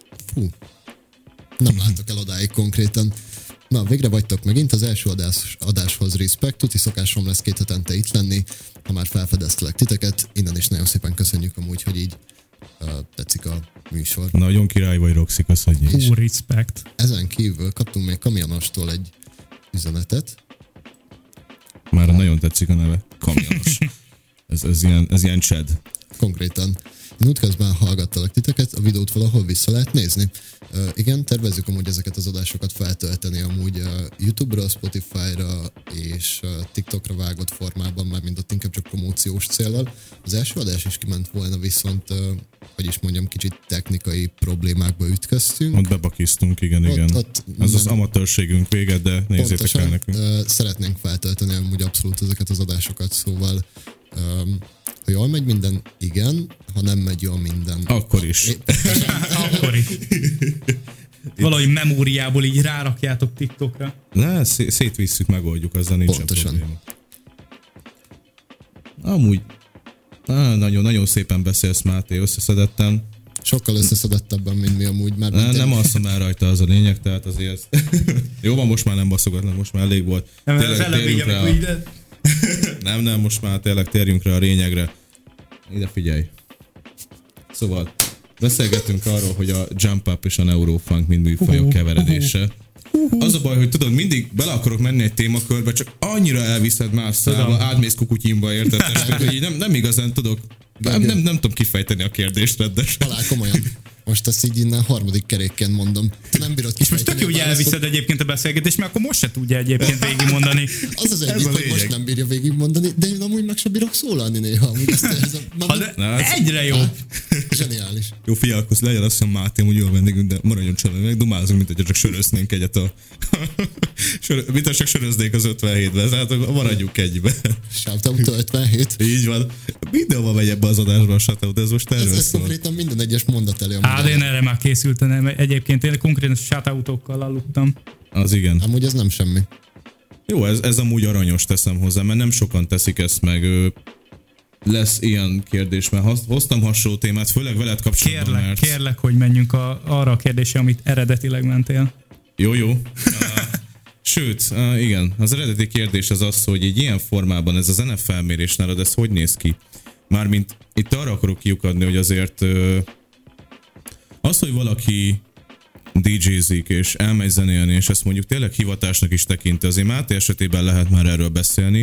nem látok el odáig konkrétan. Na, végre vagytok megint, az első adáshoz respekt, tuti szokásom lesz 2 hetente itt lenni, ha már felfedeztelek titeket. Innen is nagyon szépen köszönjük amúgy, hogy így tetszik a műsor. Nagyon király vagy, Roxy, köszönjük. Respect. Ezen kívül kaptunk még Kamionostól egy üzenetet. Már nagyon tetszik a neve. Kamionos. ez ilyen Chad. Konkrétan. Én útközben hallgattalak titeket, a videót valahol vissza lehet nézni. Igen, tervezzük amúgy ezeket az adásokat feltölteni amúgy YouTube-ra, Spotify-ra és TikTokra vágott formában, már mind ott inkább csak promóciós céllal. Az első adás is kiment volna, viszont, hogy is mondjam, kicsit technikai problémákba ütköztünk. Ott bebakisztunk, igen. Ott ez az amatőrségünk véget, de nézzétek el nekünk. Szeretnénk feltölteni amúgy abszolút ezeket az adásokat, szóval ha jól megy minden, igen, ha nem megy jól minden. Akkor is. Akkor is. Valahogy memóriából így rárakjátok TikTokra. Ne, szétvisszük, megoldjuk, azzal nincsen probléma. Amúgy nagyon szépen beszélsz, Máté, összeszedetten. Sokkal összeszedettebben, mint mi amúgy. Már nem alszom el rajta, az a lényeg, tehát azért... Jó van, most már nem baszogatlan, most már elég volt. Nem, most már tényleg térjünk rá a lényegre. Ide figyelj. Szóval beszélgetünk arról, hogy a Jump Up és a Neurofunk mind műfajok keveredése. Az a baj, hogy tudod, mindig bele akarok menni egy témakörbe, csak annyira elviszed más szállba, átmész kukutyimba, érted? Hogy így nem igazán tudok, nem tudom kifejteni a kérdést rendesen. Talán komolyan. Most ezt így innen 3. kerékként mondom. Te nem bírod és most tök jó, hogy elviszed egyébként a beszélgetést, mert akkor most se tudja egyébként végigmondani. Az egyik, hogy most nem bírja végigmondani, de én amúgy meg sem bírok szólalni néha. Amúgy egyre jobb. Zseniális. Jó, figyelj, legyen azt, hogy Máté, úgy jól vendégünk, de maradjon csendben, meg dumálzunk, mint hogy csak söröznénk egyet mint hogy csak söröznék az 57-ben, tehát maradjunk egybe. Shoutout 57. Így van. Mindenhova megy ebbe az adásba a shoutout, ez most erről ez konkrétan minden egyes mondat elé. Hát én erre már készültem, egyébként én konkrétan shoutoutokkal aludtam. Az igen. Amúgy ez nem semmi. Jó, ez amúgy aranyos, teszem hozzá, mert nem sokan teszik ezt meg. Lesz ilyen kérdés, mert hoztam hasonló témát, főleg veled kapcsolatban. Kérlek, hogy menjünk arra a kérdésre, amit eredetileg mentél. Jó. Sőt, igen, az eredeti kérdés az, hogy egy ilyen formában ez a zenefelmérés nálad, ez hogy néz ki? Mármint itt arra akarok kiukadni, hogy azért az, hogy valaki DJ-zik és elmegy zenélni, és ezt mondjuk tényleg hivatásnak is tekinti, azért Máté esetében lehet már erről beszélni,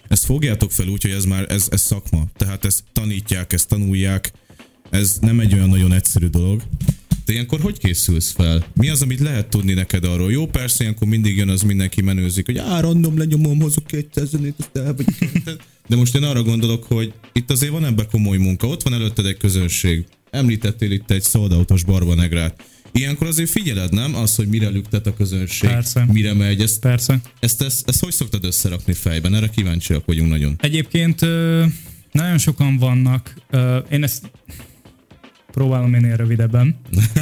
ezt fogjátok fel úgy, hogy ez már ez szakma. Tehát ezt tanítják, ezt tanulják. Ez nem egy olyan nagyon egyszerű dolog. Te ilyenkor hogy készülsz fel? Mi az, amit lehet tudni neked arról? Jó, persze, ilyenkor mindig jön az, mindenki menőzik, hogy random lenyomom, hozok 200 zenét, de most én arra gondolok, hogy itt azért van ebben komoly munka. Ott van előtted egy közönség. Említettél itt egy sold-out-os Barbanegrát. Ilyenkor azért figyeled, nem? Az, hogy mire lüktet a közönség, persze. Mire megy. Persze. Ezt hogy szoktad összerakni fejben? Erre kíváncsiak vagyunk nagyon. Egyébként nagyon sokan vannak. Én ezt próbálom minél rövidebben.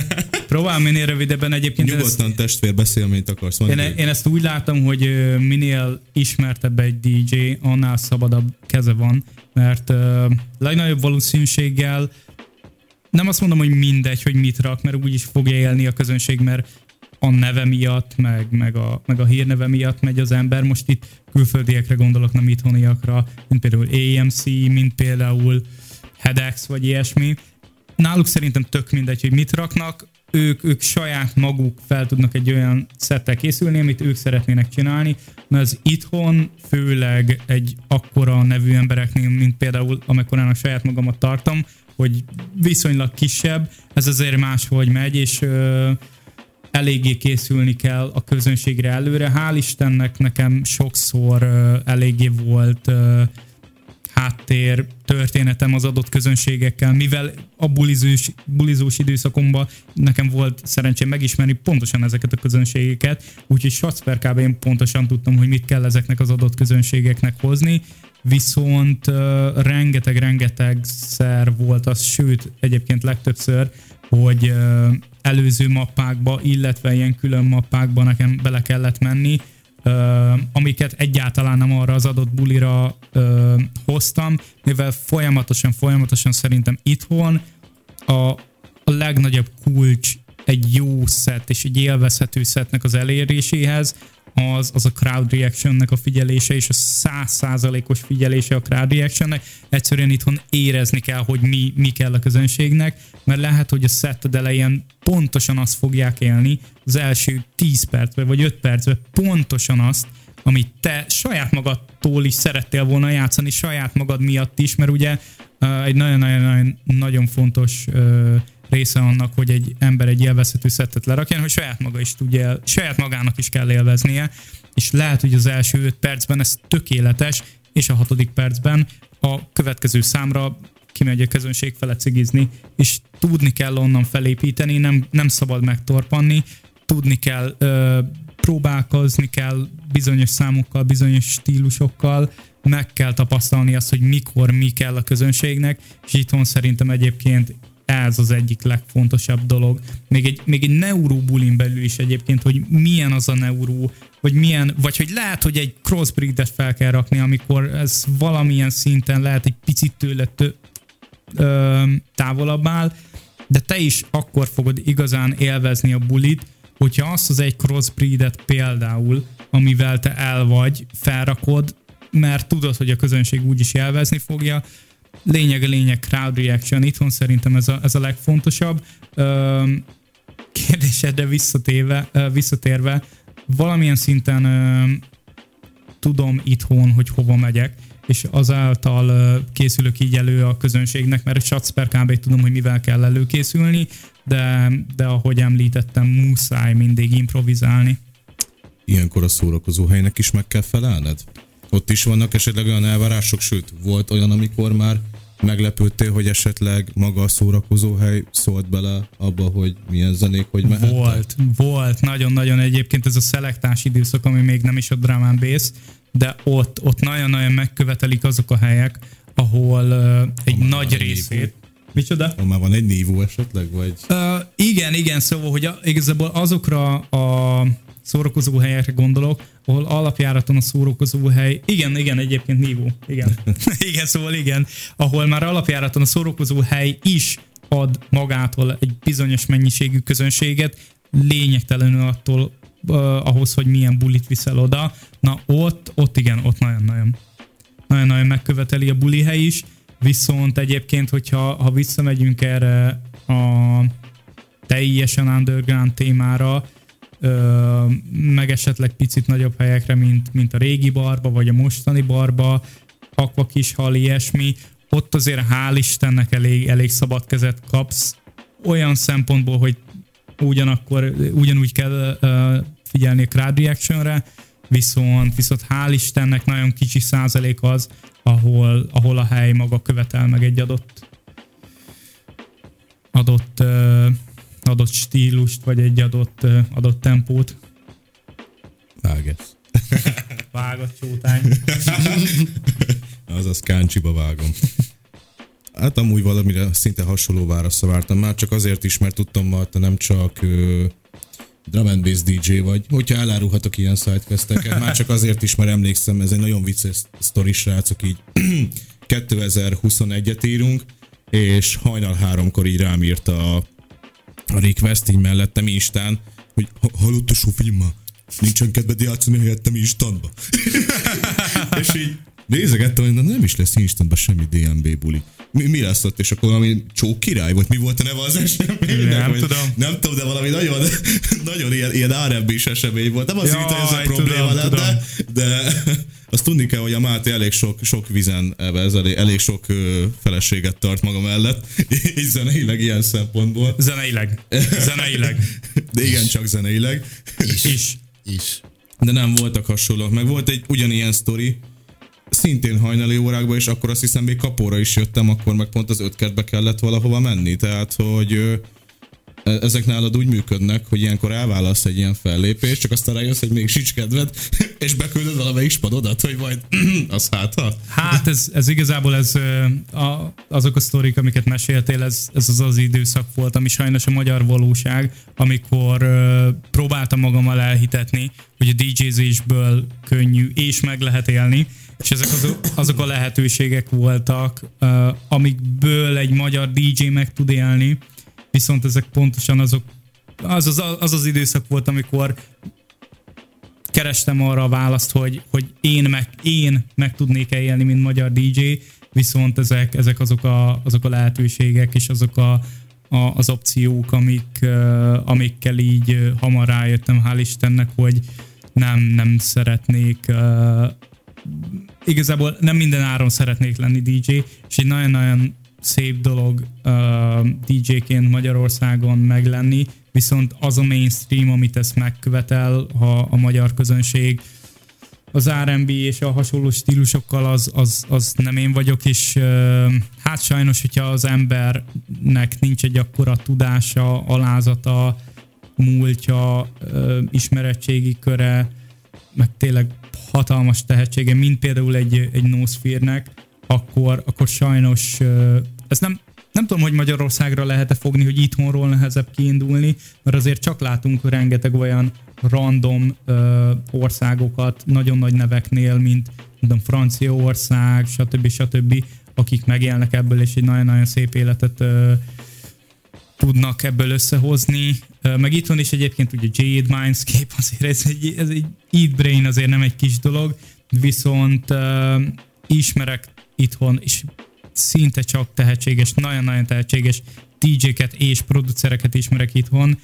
Egyébként nyugodtan testvér, beszél, mint akarsz. Én ezt úgy látom, hogy minél ismertebb egy DJ, annál szabadabb keze van, mert legnagyobb valószínűséggel nem azt mondom, hogy mindegy, hogy mit rak, mert úgyis fogja élni a közönség, mert a neve miatt, meg a hírneve miatt megy az ember. Most itt külföldiekre gondolok, nem itthoniakra, mint például AMC, mint például Hedex, vagy ilyesmi. Náluk szerintem tök mindegy, hogy mit raknak, ők saját maguk fel tudnak egy olyan szettel készülni, amit ők szeretnének csinálni, mert az itthon főleg egy akkora nevű embereknél, mint például amekkorának saját magamat tartom, hogy viszonylag kisebb, ez azért máshogy megy, és eléggé készülni kell a közönségre előre. Hál' Istennek nekem sokszor eléggé volt háttér történetem az adott közönségekkel, mivel a bulizós időszakomban nekem volt szerencsém megismerni pontosan ezeket a közönségeket, úgyhogy Sacper én pontosan tudtam, hogy mit kell ezeknek az adott közönségeknek hozni, viszont rengeteg-rengetegszer volt az, sőt egyébként legtöbbször, hogy előző mappákba, illetve ilyen külön mappákba nekem bele kellett menni, amiket egyáltalán nem arra az adott bulira hoztam, mivel folyamatosan szerintem itthon a legnagyobb kulcs egy jó szett és egy élvezhető szettnek az eléréséhez az a crowd reactionnek a figyelése, és a 100%-os figyelése a crowd reactionnek. Egyszerűen itthon érezni kell, hogy mi kell a közönségnek, mert lehet, hogy a szetted elején pontosan azt fogják élni az első 10 percben vagy 5 percben, pontosan azt, amit te saját magadtól is szerettél volna játszani, saját magad miatt is, mert ugye egy nagyon fontos része annak, hogy egy ember egy élvezhető szettet lerakjon, hogy saját magának is kell élveznie, és lehet, hogy az első 5 percben ez tökéletes, és a 6. percben a következő számra kimegy a közönség fele cigizni, és tudni kell onnan felépíteni, nem szabad megtorpanni, tudni kell, próbálkozni kell bizonyos számokkal, bizonyos stílusokkal, meg kell tapasztalni azt, hogy mikor mi kell a közönségnek, és itthon szerintem egyébként ez az egyik legfontosabb dolog. Még egy neurobulin belül is egyébként, hogy milyen az a neuró, vagy hogy lehet, hogy egy crossbreed-et fel kell rakni, amikor ez valamilyen szinten lehet egy picit tőle távolabb áll, de te is akkor fogod igazán élvezni a bulit, hogyha azt az egy crossbreed-et például, amivel te el vagy, felrakod, mert tudod, hogy a közönség úgyis élvezni fogja. Lényeg crowd reaction, itthon szerintem ez a legfontosabb. Kérdésedre visszatérve, valamilyen szinten tudom itthon, hogy hova megyek, és azáltal készülök így elő a közönségnek, mert Sacper kb. Tudom, hogy mivel kell előkészülni, de ahogy említettem, muszáj mindig improvizálni. Ilyenkor a szórakozó helynek is meg kell felelned? Ott is vannak esetleg olyan elvárások, sőt, volt olyan, amikor már meglepődtél, hogy esetleg maga a szórakozóhely szólt bele abba, hogy milyen zenék, hogy mehettek? Volt, nagyon-nagyon egyébként ez a szelektás időszak, ami még nem is a drum and bass, de ott nagyon-nagyon megkövetelik azok a helyek, ahol egy nagy részét... Micsoda? Már van egy nívó esetleg, vagy? Igen, szóval, hogy igazából azokra a szórakozó helyekre gondolok, ahol alapjáraton a szórakozóhely, igen, egyébként nívó, igen. igen, ahol már alapjáraton a szórakozóhely is ad magától egy bizonyos mennyiségű közönséget, lényegtelenül attól ahhoz, hogy milyen bulit viszel oda. Na ott nagyon megköveteli a bulihely is, viszont egyébként, hogyha visszamegyünk erre a teljesen underground témára, meg esetleg picit nagyobb helyekre, mint a régi barba, vagy a mostani barba, Akva Kishal, ilyesmi. Ott azért hál' Istennek elég szabad kezet kapsz, olyan szempontból, hogy ugyanúgy kell figyelni a crowd reactionre, viszont hál' Istennek nagyon kicsi százalék az, ahol a hely maga követel meg egy adott stílust, vagy egy adott tempót. Vágesz. Vágott csótány. Azaz káncsiba vágom. Hát amúgy valamire szinte hasonló válaszra vártam, már csak azért is, mert tudtam, hogy te nem csak drum and bass DJ vagy, hogyha elárulhatok ilyen sidequesteket, már csak azért is, mert emlékszem, ez egy nagyon vicces sztori, srácok, így 2021-et írunk, és hajnal 3-kor így rám írt a request így mellettem Instán, hogy hallott a Sofimma, nincsen kedved játszani helyettem Instanba. És így nézegettem, hogy nem is lesz Instantban semmi DMB buli. Mi lesz ott? És akkor valami csók király volt? Mi volt a neve az esemény? Nem tudom, de valami nagyon ilyen R&B-s esemény volt. Nem azt mondta, hogy ez a probléma lenne, de azt tudni kell, hogy a Máté elég sok vizen evez, elég sok feleséget tart maga mellett, így zeneileg ilyen szempontból. Zeneileg. De igen, csak zeneileg. Is. De nem voltak hasonlók. Meg volt egy ugyanilyen sztori, szintén hajnali órákban, és akkor azt hiszem még Kapóra is jöttem, akkor meg pont az 5 kertbe kellett valahova menni. Tehát, hogy ezek nálad úgy működnek, hogy ilyenkor elválasz egy ilyen fellépést, csak aztán rájössz, hogy még sincs kedved, és beküldöd valamelyik spadodat, hogy majd az hátha. Hát ez igazából azok a sztorik, amiket meséltél, ez az időszak volt, ami sajnos a magyar valóság, amikor próbáltam magammal elhitetni, hogy a DJ-zésből könnyű és meg lehet élni, és ezek azok a lehetőségek voltak, amikből egy magyar DJ meg tud élni, viszont ezek pontosan az időszak volt, amikor kerestem arra a választ, hogy én meg tudnék élni, mint magyar DJ, viszont ezek azok a lehetőségek, és azok az opciók, amikkel így hamar rájöttem, hál' Istennek, hogy nem szeretnék, igazából nem minden áron szeretnék lenni DJ, és egy nagyon-nagyon szép dolog DJ-ként Magyarországon meglenni, viszont az a mainstream, amit ezt megkövetel, ha a magyar közönség az R&B és a hasonló stílusokkal, az nem én vagyok, és hát sajnos, hogyha az embernek nincs egy akkora tudása, alázata, múltja, ismeretségi köre, meg tényleg hatalmas tehetsége, mint például egy Nosphere-nek, akkor sajnos ez nem tudom, hogy Magyarországra lehet-e fogni, hogy itthonról nehezebb kiindulni, mert azért csak látunk rengeteg olyan random országokat, nagyon nagy neveknél, mint Franciaország, stb., akik megélnek ebből, és egy nagyon-nagyon szép életet tudnak ebből összehozni. Meg itthon is egyébként ugye Jade Mindscape, azért ez egy Eat Brain, azért nem egy kis dolog, viszont ismerek itthon, és szinte csak tehetséges, nagyon-nagyon tehetséges DJ-ket és producereket ismerek itthon,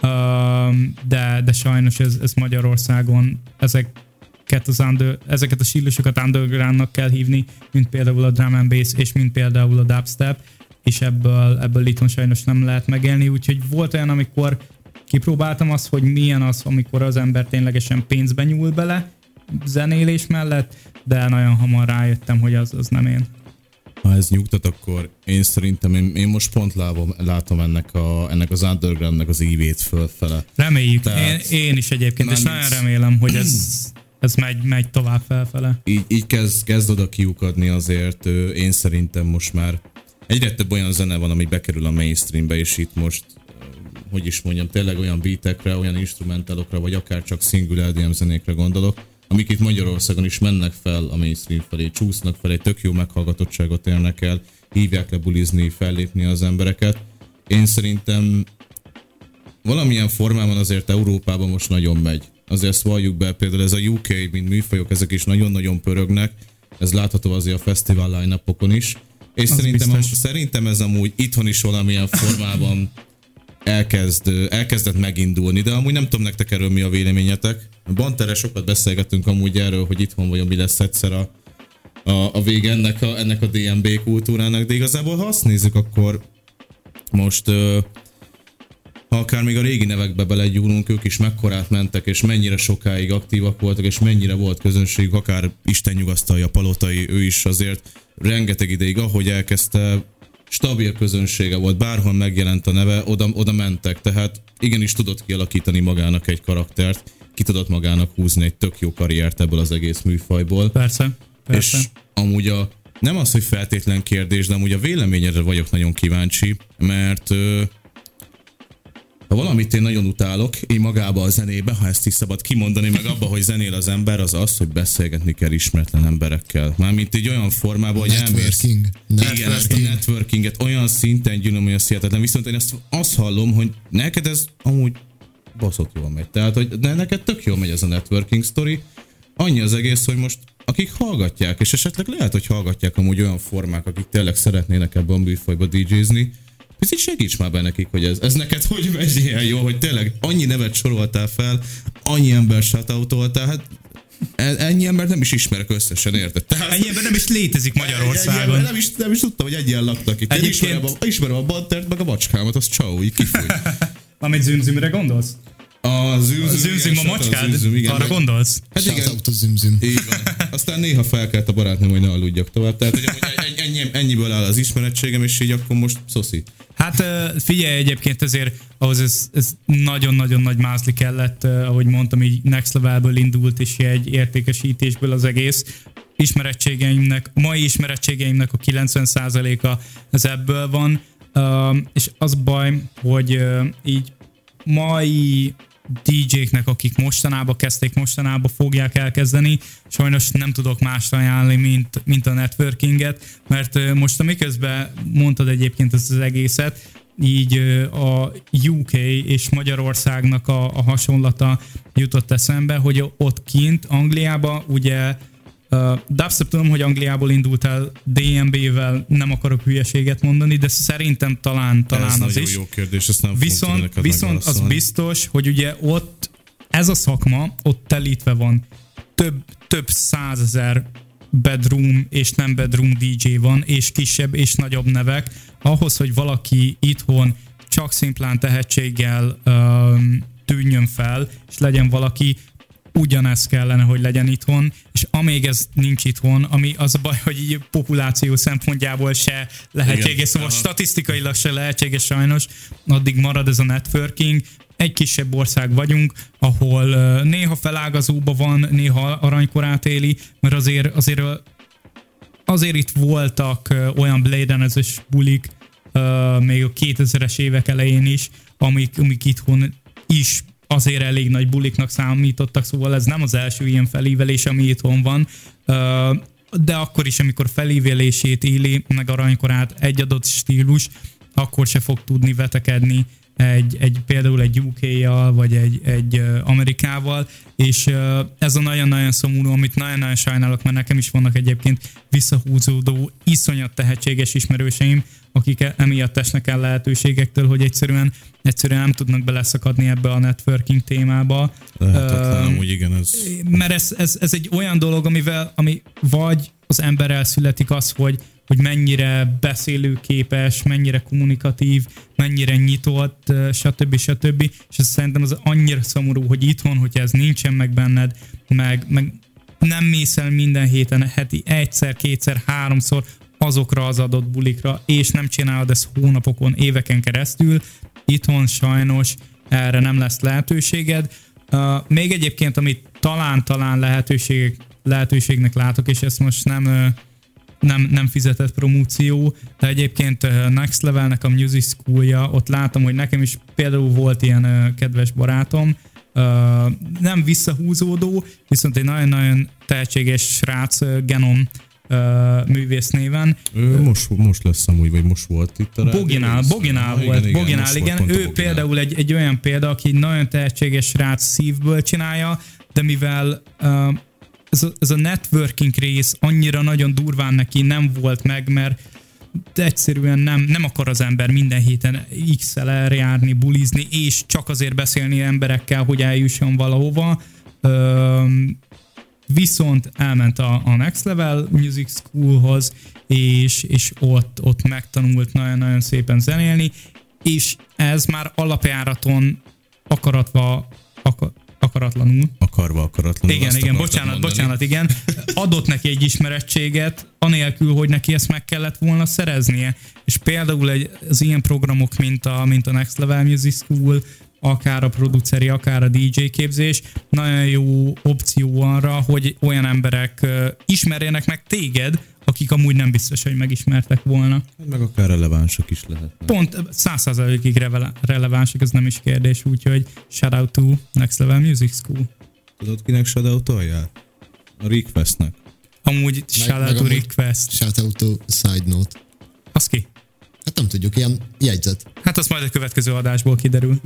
de sajnos ez Magyarországon ezeket a stílusokat undergroundnak kell hívni, mint például a drum and bass, és mint például a dubstep, és ebből itthon sajnos nem lehet megélni, úgyhogy volt olyan, amikor kipróbáltam azt, hogy milyen az, amikor az ember ténylegesen pénzbe nyúl bele zenélés mellett, de nagyon hamar rájöttem, hogy az nem én. Ha ez nyugtat, akkor én szerintem én most pont látom ennek az undergroundnek az ívét fölfele. Reméljük. Én is egyébként, és nagyon remélem, hogy ez megy tovább felfele. Így kezd oda kiukadni azért. Én szerintem most már egyre több olyan zene van, ami bekerül a mainstreambe, és itt most, hogy is mondjam, tényleg olyan beatekre, olyan instrumentálokra, vagy akár csak single EDM zenékre gondolok, amik itt Magyarországon is mennek fel a mainstream felé, csúsznak felé, tök jó meghallgatottságot érnek el, hívják le bulizni, fellépni az embereket. Én szerintem valamilyen formában azért Európában most nagyon megy. Azért ezt valljuk be, például ez a UK, mint műfajok, ezek is nagyon-nagyon pörögnek, ez látható azért a fesztivál line-upokon is, és szerintem ez amúgy itthon is valamilyen formában elkezdett megindulni, de amúgy nem tudom nektek erről mi a véleményetek. A Banterrel sokat beszélgetünk amúgy erről, hogy itthon vajon mi lesz egyszer a vége ennek a DNB kultúrának, de igazából ha azt nézzük, akkor most ha akár még a régi nevekbe belegyúrunk, ők is mekkorát mentek, és mennyire sokáig aktívak voltak, és mennyire volt közönségük, akár Isten nyugasztalja Palotai, ő is azért rengeteg ideig, ahogy elkezdte, stabil közönsége volt, bárhol megjelent a neve, oda mentek, tehát igenis tudott kialakítani magának egy karaktert, ki tudott magának húzni egy tök jó karriert ebből az egész műfajból. Persze. És amúgy nem az, hogy feltétlen kérdés, de amúgy a véleményedre vagyok nagyon kíváncsi, mert ha valamit én nagyon utálok, így magába a zenébe, ha ezt is szabad kimondani, meg abba, hogy zenél az ember, az, hogy beszélgetni kell ismeretlen emberekkel. Mármint így olyan formában, hogy elmész. Igen, ezt a networkinget olyan szinten gyűlöm, hogy az hihetetlen. Viszont én azt hallom, hogy neked ez amúgy baszott jól megy. Tehát, hogy neked tök jól megy ez a networking story. Annyi az egész, hogy most akik hallgatják, és esetleg lehet, hogy hallgatják amúgy olyan formák, akik tényleg szeretnének ebben a műfajba DJ-zni, picit segíts már be nekik, hogy ez neked hogy megy ilyen jó, hogy tényleg annyi nevet soroltál fel, annyi ember shoutoutoltál, hát ennyi ember nem is ismerek összesen, érted? Tehát, ennyi ember nem is létezik Magyarországon. Nem is tudtam, hogy ennyien laktak itt. Ismerem a Bantert, meg a macskámat, az ciao, így kifúj. Amit Zümzümre gondolsz? A Zümzüm a macskád? Arra gondolsz? Hát igen. A Zümzüm. Így van. Aztán néha felkelt a barátnőm, hogy ne aludjak tovább. Tehát, hogy ennyiből áll az ismerettségem, és így akkor most szoszi. Hát figyelj, egyébként azért ahhoz ez nagyon-nagyon nagy mázli kellett, ahogy mondtam, így next levelből indult, és egy értékesítésből az egész. Mai ismerettségeimnek a 90%-a ez ebből van, és az baj, hogy így mai DJ-knek, akik mostanában kezdték, mostanában fogják elkezdeni, sajnos nem tudok mást ajánlani, mint a networkinget, mert most amiközben mondtad egyébként ezt az egészet, így a UK és Magyarországnak a hasonlata jutott eszembe, hogy ott kint Angliában ugye dubstep, tudom, hogy Angliából indult el, DNB-vel nem akarok hülyeséget mondani, de szerintem talán az is. Jó kérdés, ezt nem viszont az biztos, hogy ugye ott ez a szakma ott telítve van. Több 100 000 bedroom és nem bedroom DJ van, és kisebb és nagyobb nevek. Ahhoz, hogy valaki itthon csak szimplán tehetséggel tűnjön fel, és legyen valaki, ugyanez kellene, hogy legyen itthon, és amíg ez nincs itthon, ami az a baj, hogy így populáció szempontjából se lehetséges, szóval statisztikailag se lehetséges sajnos, addig marad ez a networking. Egy kisebb ország vagyunk, ahol néha felágazóba van, néha aranykorát éli, mert azért itt voltak olyan Blade Runner-es bulik, még a 2000-es évek elején is, amik itthon is azért elég nagy buliknak számítottak, szóval ez nem az első ilyen felívelés, ami itthon van, de akkor is, amikor felívelését éli, meg aranykorát egy adott stílus, akkor se fog tudni vetekedni például egy UK-jal, vagy egy Amerikával, és ez a nagyon-nagyon szomorú, amit nagyon-nagyon sajnálok, mert nekem is vannak egyébként visszahúzódó, iszonyat tehetséges ismerőseim, akik emiatt esnek el lehetőségektől, hogy egyszerűen nem tudnak beleszakadni ebbe a networking témába. Lehetetlen, úgy igen, ez... Mert ez egy olyan dolog, ami vagy az emberrel születik az, hogy mennyire beszélőképes, mennyire kommunikatív, mennyire nyitott, stb. És ez szerintem az annyira szomorú, hogy itthon, hogyha ez nincsen meg benned, meg nem mész el minden héten, heti egyszer, kétszer, háromszor azokra az adott bulikra, és nem csinálod ezt hónapokon, éveken keresztül, itthon sajnos erre nem lesz lehetőséged. Még egyébként, amit talán lehetőségnek látok, és ezt most nem fizetett promóció, de egyébként Next Levelnek a Music Schoolja, ott látom, hogy nekem is például volt ilyen kedves barátom, nem visszahúzódó, viszont egy nagyon-nagyon tehetséges srác, Genom művész néven. Most lesz amúgy, vagy most volt itt a Boginál volt. Boginál, igen. Ő például egy olyan példa, aki nagyon tehetséges srác szívből csinálja, de mivel ez a networking rész annyira nagyon durván neki nem volt meg, mert egyszerűen nem akar az ember minden héten X-el eljárni, bulizni, és csak azért beszélni emberekkel, hogy eljusson valahova. Viszont elment a Next Level Music Schoolhoz, és ott megtanult nagyon-nagyon szépen zenélni, és ez már alapjáraton akaratlanul. Igen, bocsánat, igen. Adott neki egy ismerettséget, anélkül, hogy neki ezt meg kellett volna szereznie. És például az ilyen programok, mint a Next Level Music School, akár a produceri, akár a DJ képzés, nagyon jó opció arra, hogy olyan emberek ismerjenek meg téged, akik amúgy nem biztos, hogy megismertek volna. Meg akár relevánsak is lehetnek. Pont 100%-ig relevánsak, ez nem is kérdés, úgyhogy shout out to Next Level Music School. Tudod, kinek shout out-oljál? A Requestnek. Amúgy shout out to Request. Shout out to Side Note. Az ki? Hát nem tudjuk, ilyen jegyzet. Hát azt majd a következő adásból kiderül.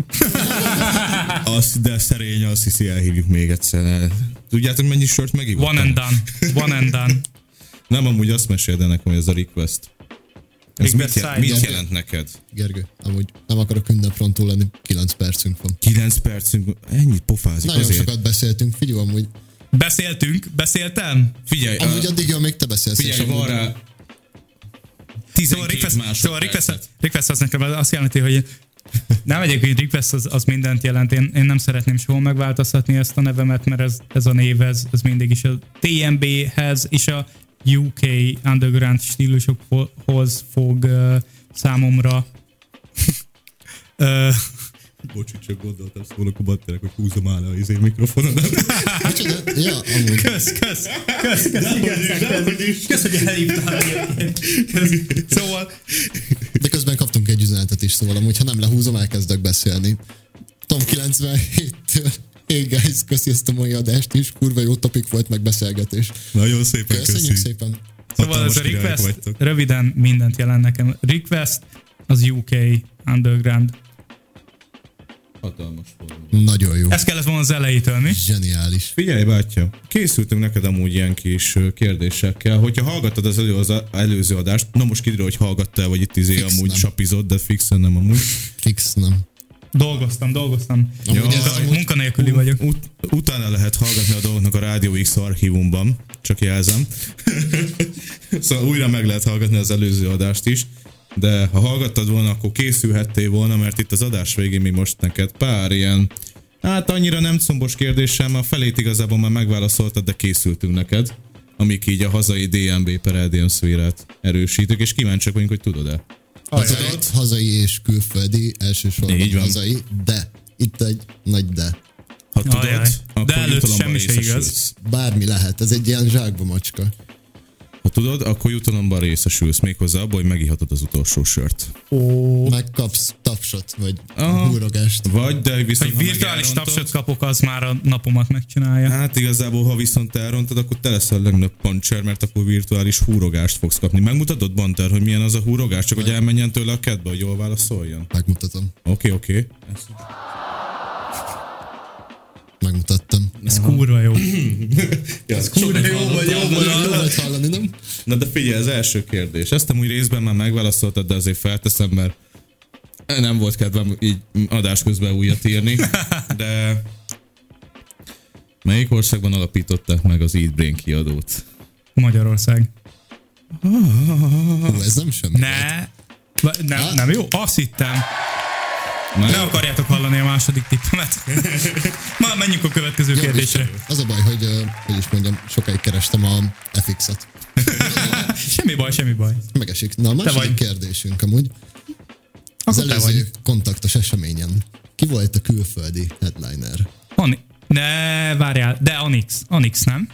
De szerény, azt hiszi, elhívjuk még egyszer. Tudjátok, mennyi sört megivottam? One and done. Nem, amúgy azt meséld el nekem, hogy ez a Request. Ez mit jelent neked? Gergő, amúgy nem akarok ünneprontól lenni, 9 percünk van. 9 percünk? Ennyit pofázik nagyon azért. Sokat beszéltünk, figyelj, amúgy. Beszéltem? Figyelj. Amúgy addig jól még te beszélsz. Figyelj, van rá 12 másodpercet. Request az nekem azt jelenti, hogy nem egyébként Request az mindent jelent. Én nem szeretném soha megváltoztatni ezt a nevemet, mert ez a név, ez mindig is a TMB-hez és a UK underground stílusokhoz fog számomra. Bocs, csak gondoltam, szólok a batterek, hogy húzom áll a mikrofonodat. Ja, amúgy. Kösz, hogy elhívtál egyébként. Szóval... De közben kaptunk egy üzenetet is, szóval amúgy, ha nem lehúzom, elkezdek beszélni. Tom 97-től. Hey guys, köszi ezt a mai adást is, kurva jó topik volt, meg beszélgetés. Nagyon szépen köszönjük szépen. Szóval ez a Request, röviden mindent jelent nekem. Request az UK underground. Hatalmas forma. Nagyon jó. Ez kellett volna az elejétől, mi? Zseniális. Figyelj, bátyja, készültünk neked amúgy ilyen kis kérdésekkel. Hogyha hallgattad az előző adást, na most kiderül, hogy hallgattál, vagy itt amúgy nem. Sapizod, de fixen nem amúgy. Fix nem. Dolgoztam. Munkanélküli vagyok. Utána lehet hallgatni a dolgoknak a Rádió X archívumban, csak jelzem. Szóval újra meg lehet hallgatni az előző adást is, de ha hallgattad volna, akkor készülhettél volna, mert itt az adás végén még most neked pár ilyen, hát annyira nem combos kérdéssel, a felét igazából már megválaszoltad, de készültünk neked, amik így a hazai DNB per LDM szférát erősítik, és kíváncsiak vagyunk, hogy tudod-e? Hazai és külföldi, elsősorban hazai, de itt egy nagy de. Ha tudod, akkor de előtt semmi se igaz. Bármi lehet, ez egy ilyen zsákba macska. Ha tudod, akkor jutalomban részesülsz, méghozzá abból, hogy megihatod az utolsó sört. Megkapsz tapsot, vagy húrogást. Vagy, de viszont egy virtuális tapsot kapok, az már a napomat megcsinálja. Hát igazából, ha viszont elrontad, akkor te leszel a legnagyobb pancser, mert akkor virtuális húrogást fogsz kapni. Megmutatod, Banter, hogy milyen az a húrogás, csak hogy elmenjen tőle a kedbe, hogy jól válaszoljon? Megmutatom. Oké. Megmutattam. Ez kurva jó. Ez kurva jó vagy hallani, nem? Na de figyelj, az első kérdés. Ezt amúgy részben már megválaszoltad, de azért felteszem, mert nem volt kedvem így adás közben újat írni. De melyik országban alapították meg az Eat Brain kiadót? Magyarország. Ez nem semmi. Nem jó? Azt hittem. Ne akarjátok hallani a második tippemet. Már menjünk a következő kérdésre. Az a baj, hogy is mondjam, sokáig kerestem a FX-et. Semmi baj. Megesik. Na, a második kérdésünk amúgy. Az előző kontaktos eseményen ki volt a külföldi headliner? Várjál, de Onyx, nem?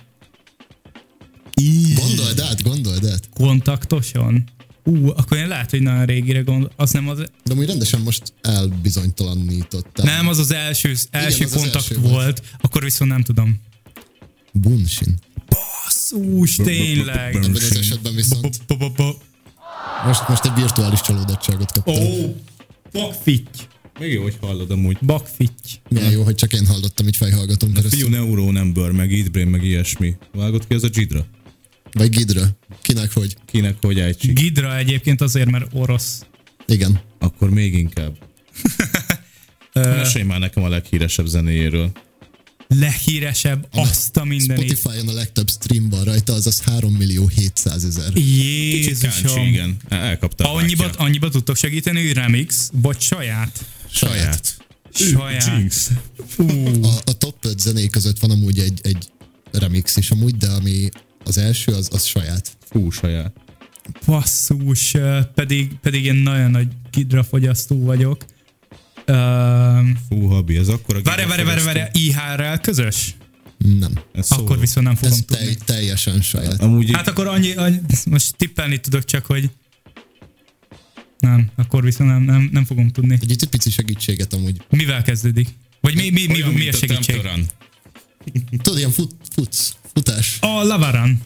Gondold át. Kontaktoson? Akkor én lehet, hogy nagyon régire gondol. Az nem az... De úgy rendesen most elbizonytalanítottál. Nem, az első igen, kontakt első volt. Akkor viszont nem tudom. Bunsin. Basszus, tényleg. Ebben az esetben viszont... Most egy virtuális csalódottságot kaptam. Bakfitty. Még jó, hogy hallod amúgy. Bakfitty. Milyen jó, hogy csak én hallottam, így fejhallgatom keresztül. Fiú, Neuro Number, meg Eat Brain, meg ilyesmi. Vágod ki ez a Jidra? Vagy Gidra. Kinek hogy Ejtsik. Gidra egyébként azért, mert orosz. Igen. Akkor még inkább. Mesélj már nekem a leghíresebb zenéjéről. Leghíresebb, azt a mindenit. Spotify-on a legtöbb stream van rajta, azaz 3.700.000. Jézusom. Igen, elkaptál. Annyiba tudtok segíteni, hogy remix, vagy saját? Saját. A top 5 zené között van amúgy egy remix is amúgy, de ami az első, az saját. Saját. Basszus, pedig én nagyon nagy Gidra fogyasztó vagyok. Habi, ez akkor a Várj, IHR-rel közös? Nem. Akkor viszont nem fogom tudni. Teljesen saját. Hát akkor annyi, most tippelni tudok csak, hogy nem, akkor viszont nem fogom tudni. Egy pici segítséget amúgy. Mivel kezdődik? Vagy mi a segítség? Tudod, ilyen futás. A Lavaran.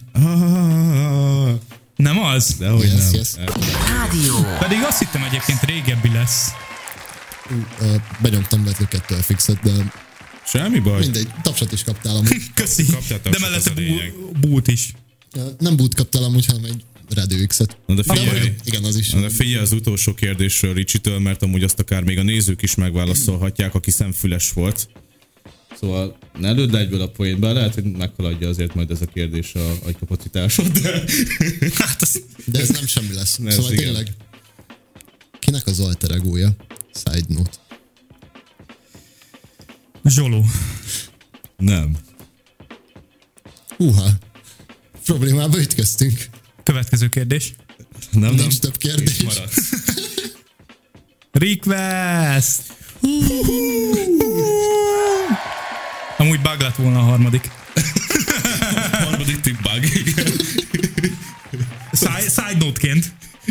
Nem az? Dehogy nem. Yes. Rádió. Pedig azt hittem egyébként régebbi lesz. Benyomtam Battle 2 fixet, de semmi baj. Mindegy, tapsot is kaptál amúgy. Köszi. De mellette boot is. Nem boot kaptál amúgy, hanem egy Radio X-et. De figyelj, igen, az is. De figyelj az utolsó kérdésről Ricsitől, mert amúgy azt akár még a nézők is megválaszolhatják, aki szemfüles volt. Szóval ne lőd le egyből a poénba, lehet, hogy meghaladja azért majd ez a kérdés a agykapacitásod, de... De ez nem semmi lesz. Szóval tényleg, kinek az alter egója? Side note. Zsoló. Nem. Problémába ütköztünk. Következő kérdés. Nincs több kérdés. Request! Amúgy bug lett volna a harmadik. Harmadik tip bug. Side note-ként.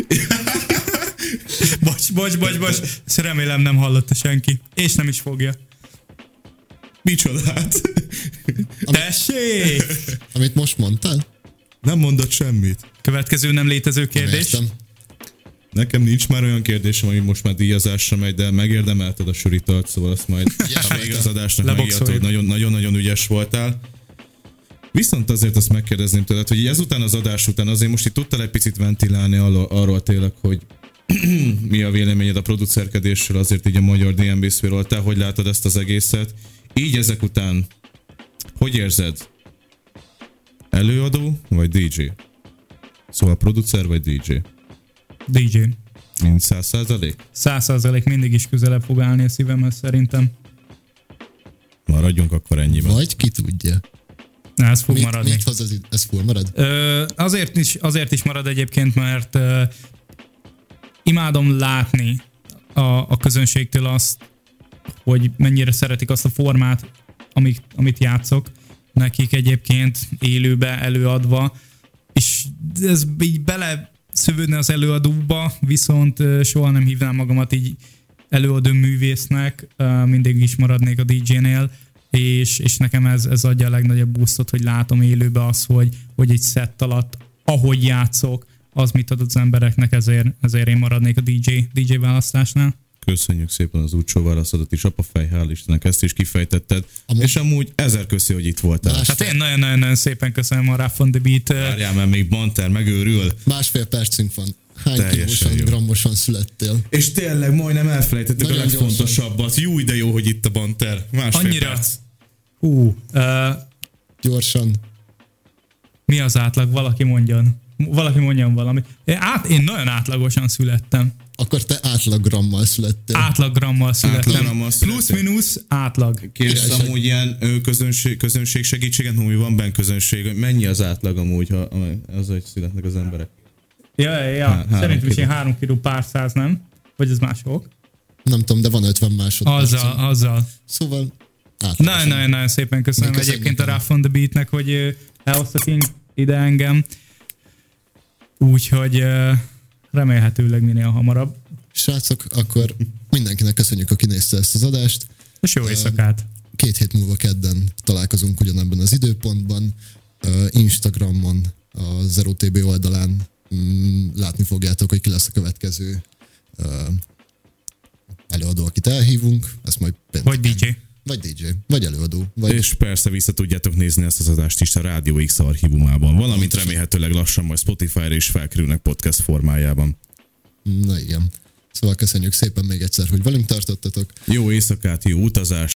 Bocs. Remélem nem hallotta senki. És nem is fogja. Micsodát? Tessék! Amit most mondtál? Nem mondott semmit. Következő nem létező kérdés. Nekem nincs már olyan kérdésem, ami most már díjazásra megy, de megérdemelted a suritalt, szóval azt majd a vége az adásnak megírtad, hogy nagyon-nagyon ügyes voltál. Viszont azért azt megkérdezném tőled, hogy ezután az adás után azért most itt tudtál egy picit ventilálni arról tényleg, hogy mi a véleményed a producerkedésről, azért így a magyar DNB szféről, te hogy látod ezt az egészet? Így ezek után, hogy érzed? Előadó vagy DJ? Szóval producer vagy DJ? DJ. Mind 100%? 100% mindig is közelebb fog állni a szívemhez szerintem. Maradjunk akkor ennyiben. Vagy ki tudja. Na, ez fog maradni. Mit hoz ez fog marad? Azért is marad egyébként, mert imádom látni a közönségtől azt, hogy mennyire szeretik azt a formát, amit játszok nekik egyébként élőbe, előadva, és ez így beleszövődne az előadóba, viszont soha nem hívnám magamat így előadó művésznek, mindig is maradnék a DJ-nél, és nekem ez adja a legnagyobb boostot, hogy látom élőbe az, hogy egy szett alatt, ahogy játszok, az mit ad az embereknek, ezért én maradnék a DJ választásnál. Köszönjük szépen az útsó válaszodat is, apafej, hál' Istennek, ezt is kifejtetted. És amúgy 1000 köszi, hogy itt voltál. Hát én nagyon-nagyon szépen köszönöm a Rough on the Beat. Várjál, mert még Banter megőrül. 1,5 percünk van. Hány kilósan, grammosan születtél? És tényleg majdnem elfelejtettük a legfontosabbat. Jó, de jó, hogy itt a Banter. 1,5 perc. Gyorsan. Mi az átlag? Valaki mondjon valamit. Én nagyon átlagosan születtem. Akkor te átlagrammal születtél. Átlagrammal születtem. Plusz-minusz átlag. Kérsz amúgy ilyen közönség segítséget, hogy van benne közönség. Mennyi az átlag amúgy, ha az, hogy születnek az emberek? Ja. Szerintem is 3 kiló pár száz, nem? Vagy ez mások? Nem tudom, de van 50 másodperc. Azzal. Szóval nagyon szépen köszönöm egyébként a Rough on the Beatnek, hogy elhoztak ide engem. Úgyhogy remélhetőleg minél hamarabb. Srácok, akkor mindenkinek köszönjük, aki nézte ezt az adást. És jó éjszakát! 2 hét múlva kedden találkozunk ugyanebben az időpontban. Instagramon, a Zero TB oldalán látni fogjátok, hogy ki lesz a következő előadó, akit elhívunk. Ezt majd vagy DJ. Vagy DJ, vagy előadó. Vagy... És persze vissza tudjátok nézni ezt az adást is a Rádió X archívumában, valamint remélhetőleg lassan majd Spotify-ra is felkerülnek podcast formájában. Na igen. Szóval köszönjük szépen még egyszer, hogy velünk tartottatok. Jó éjszakát, jó utazást!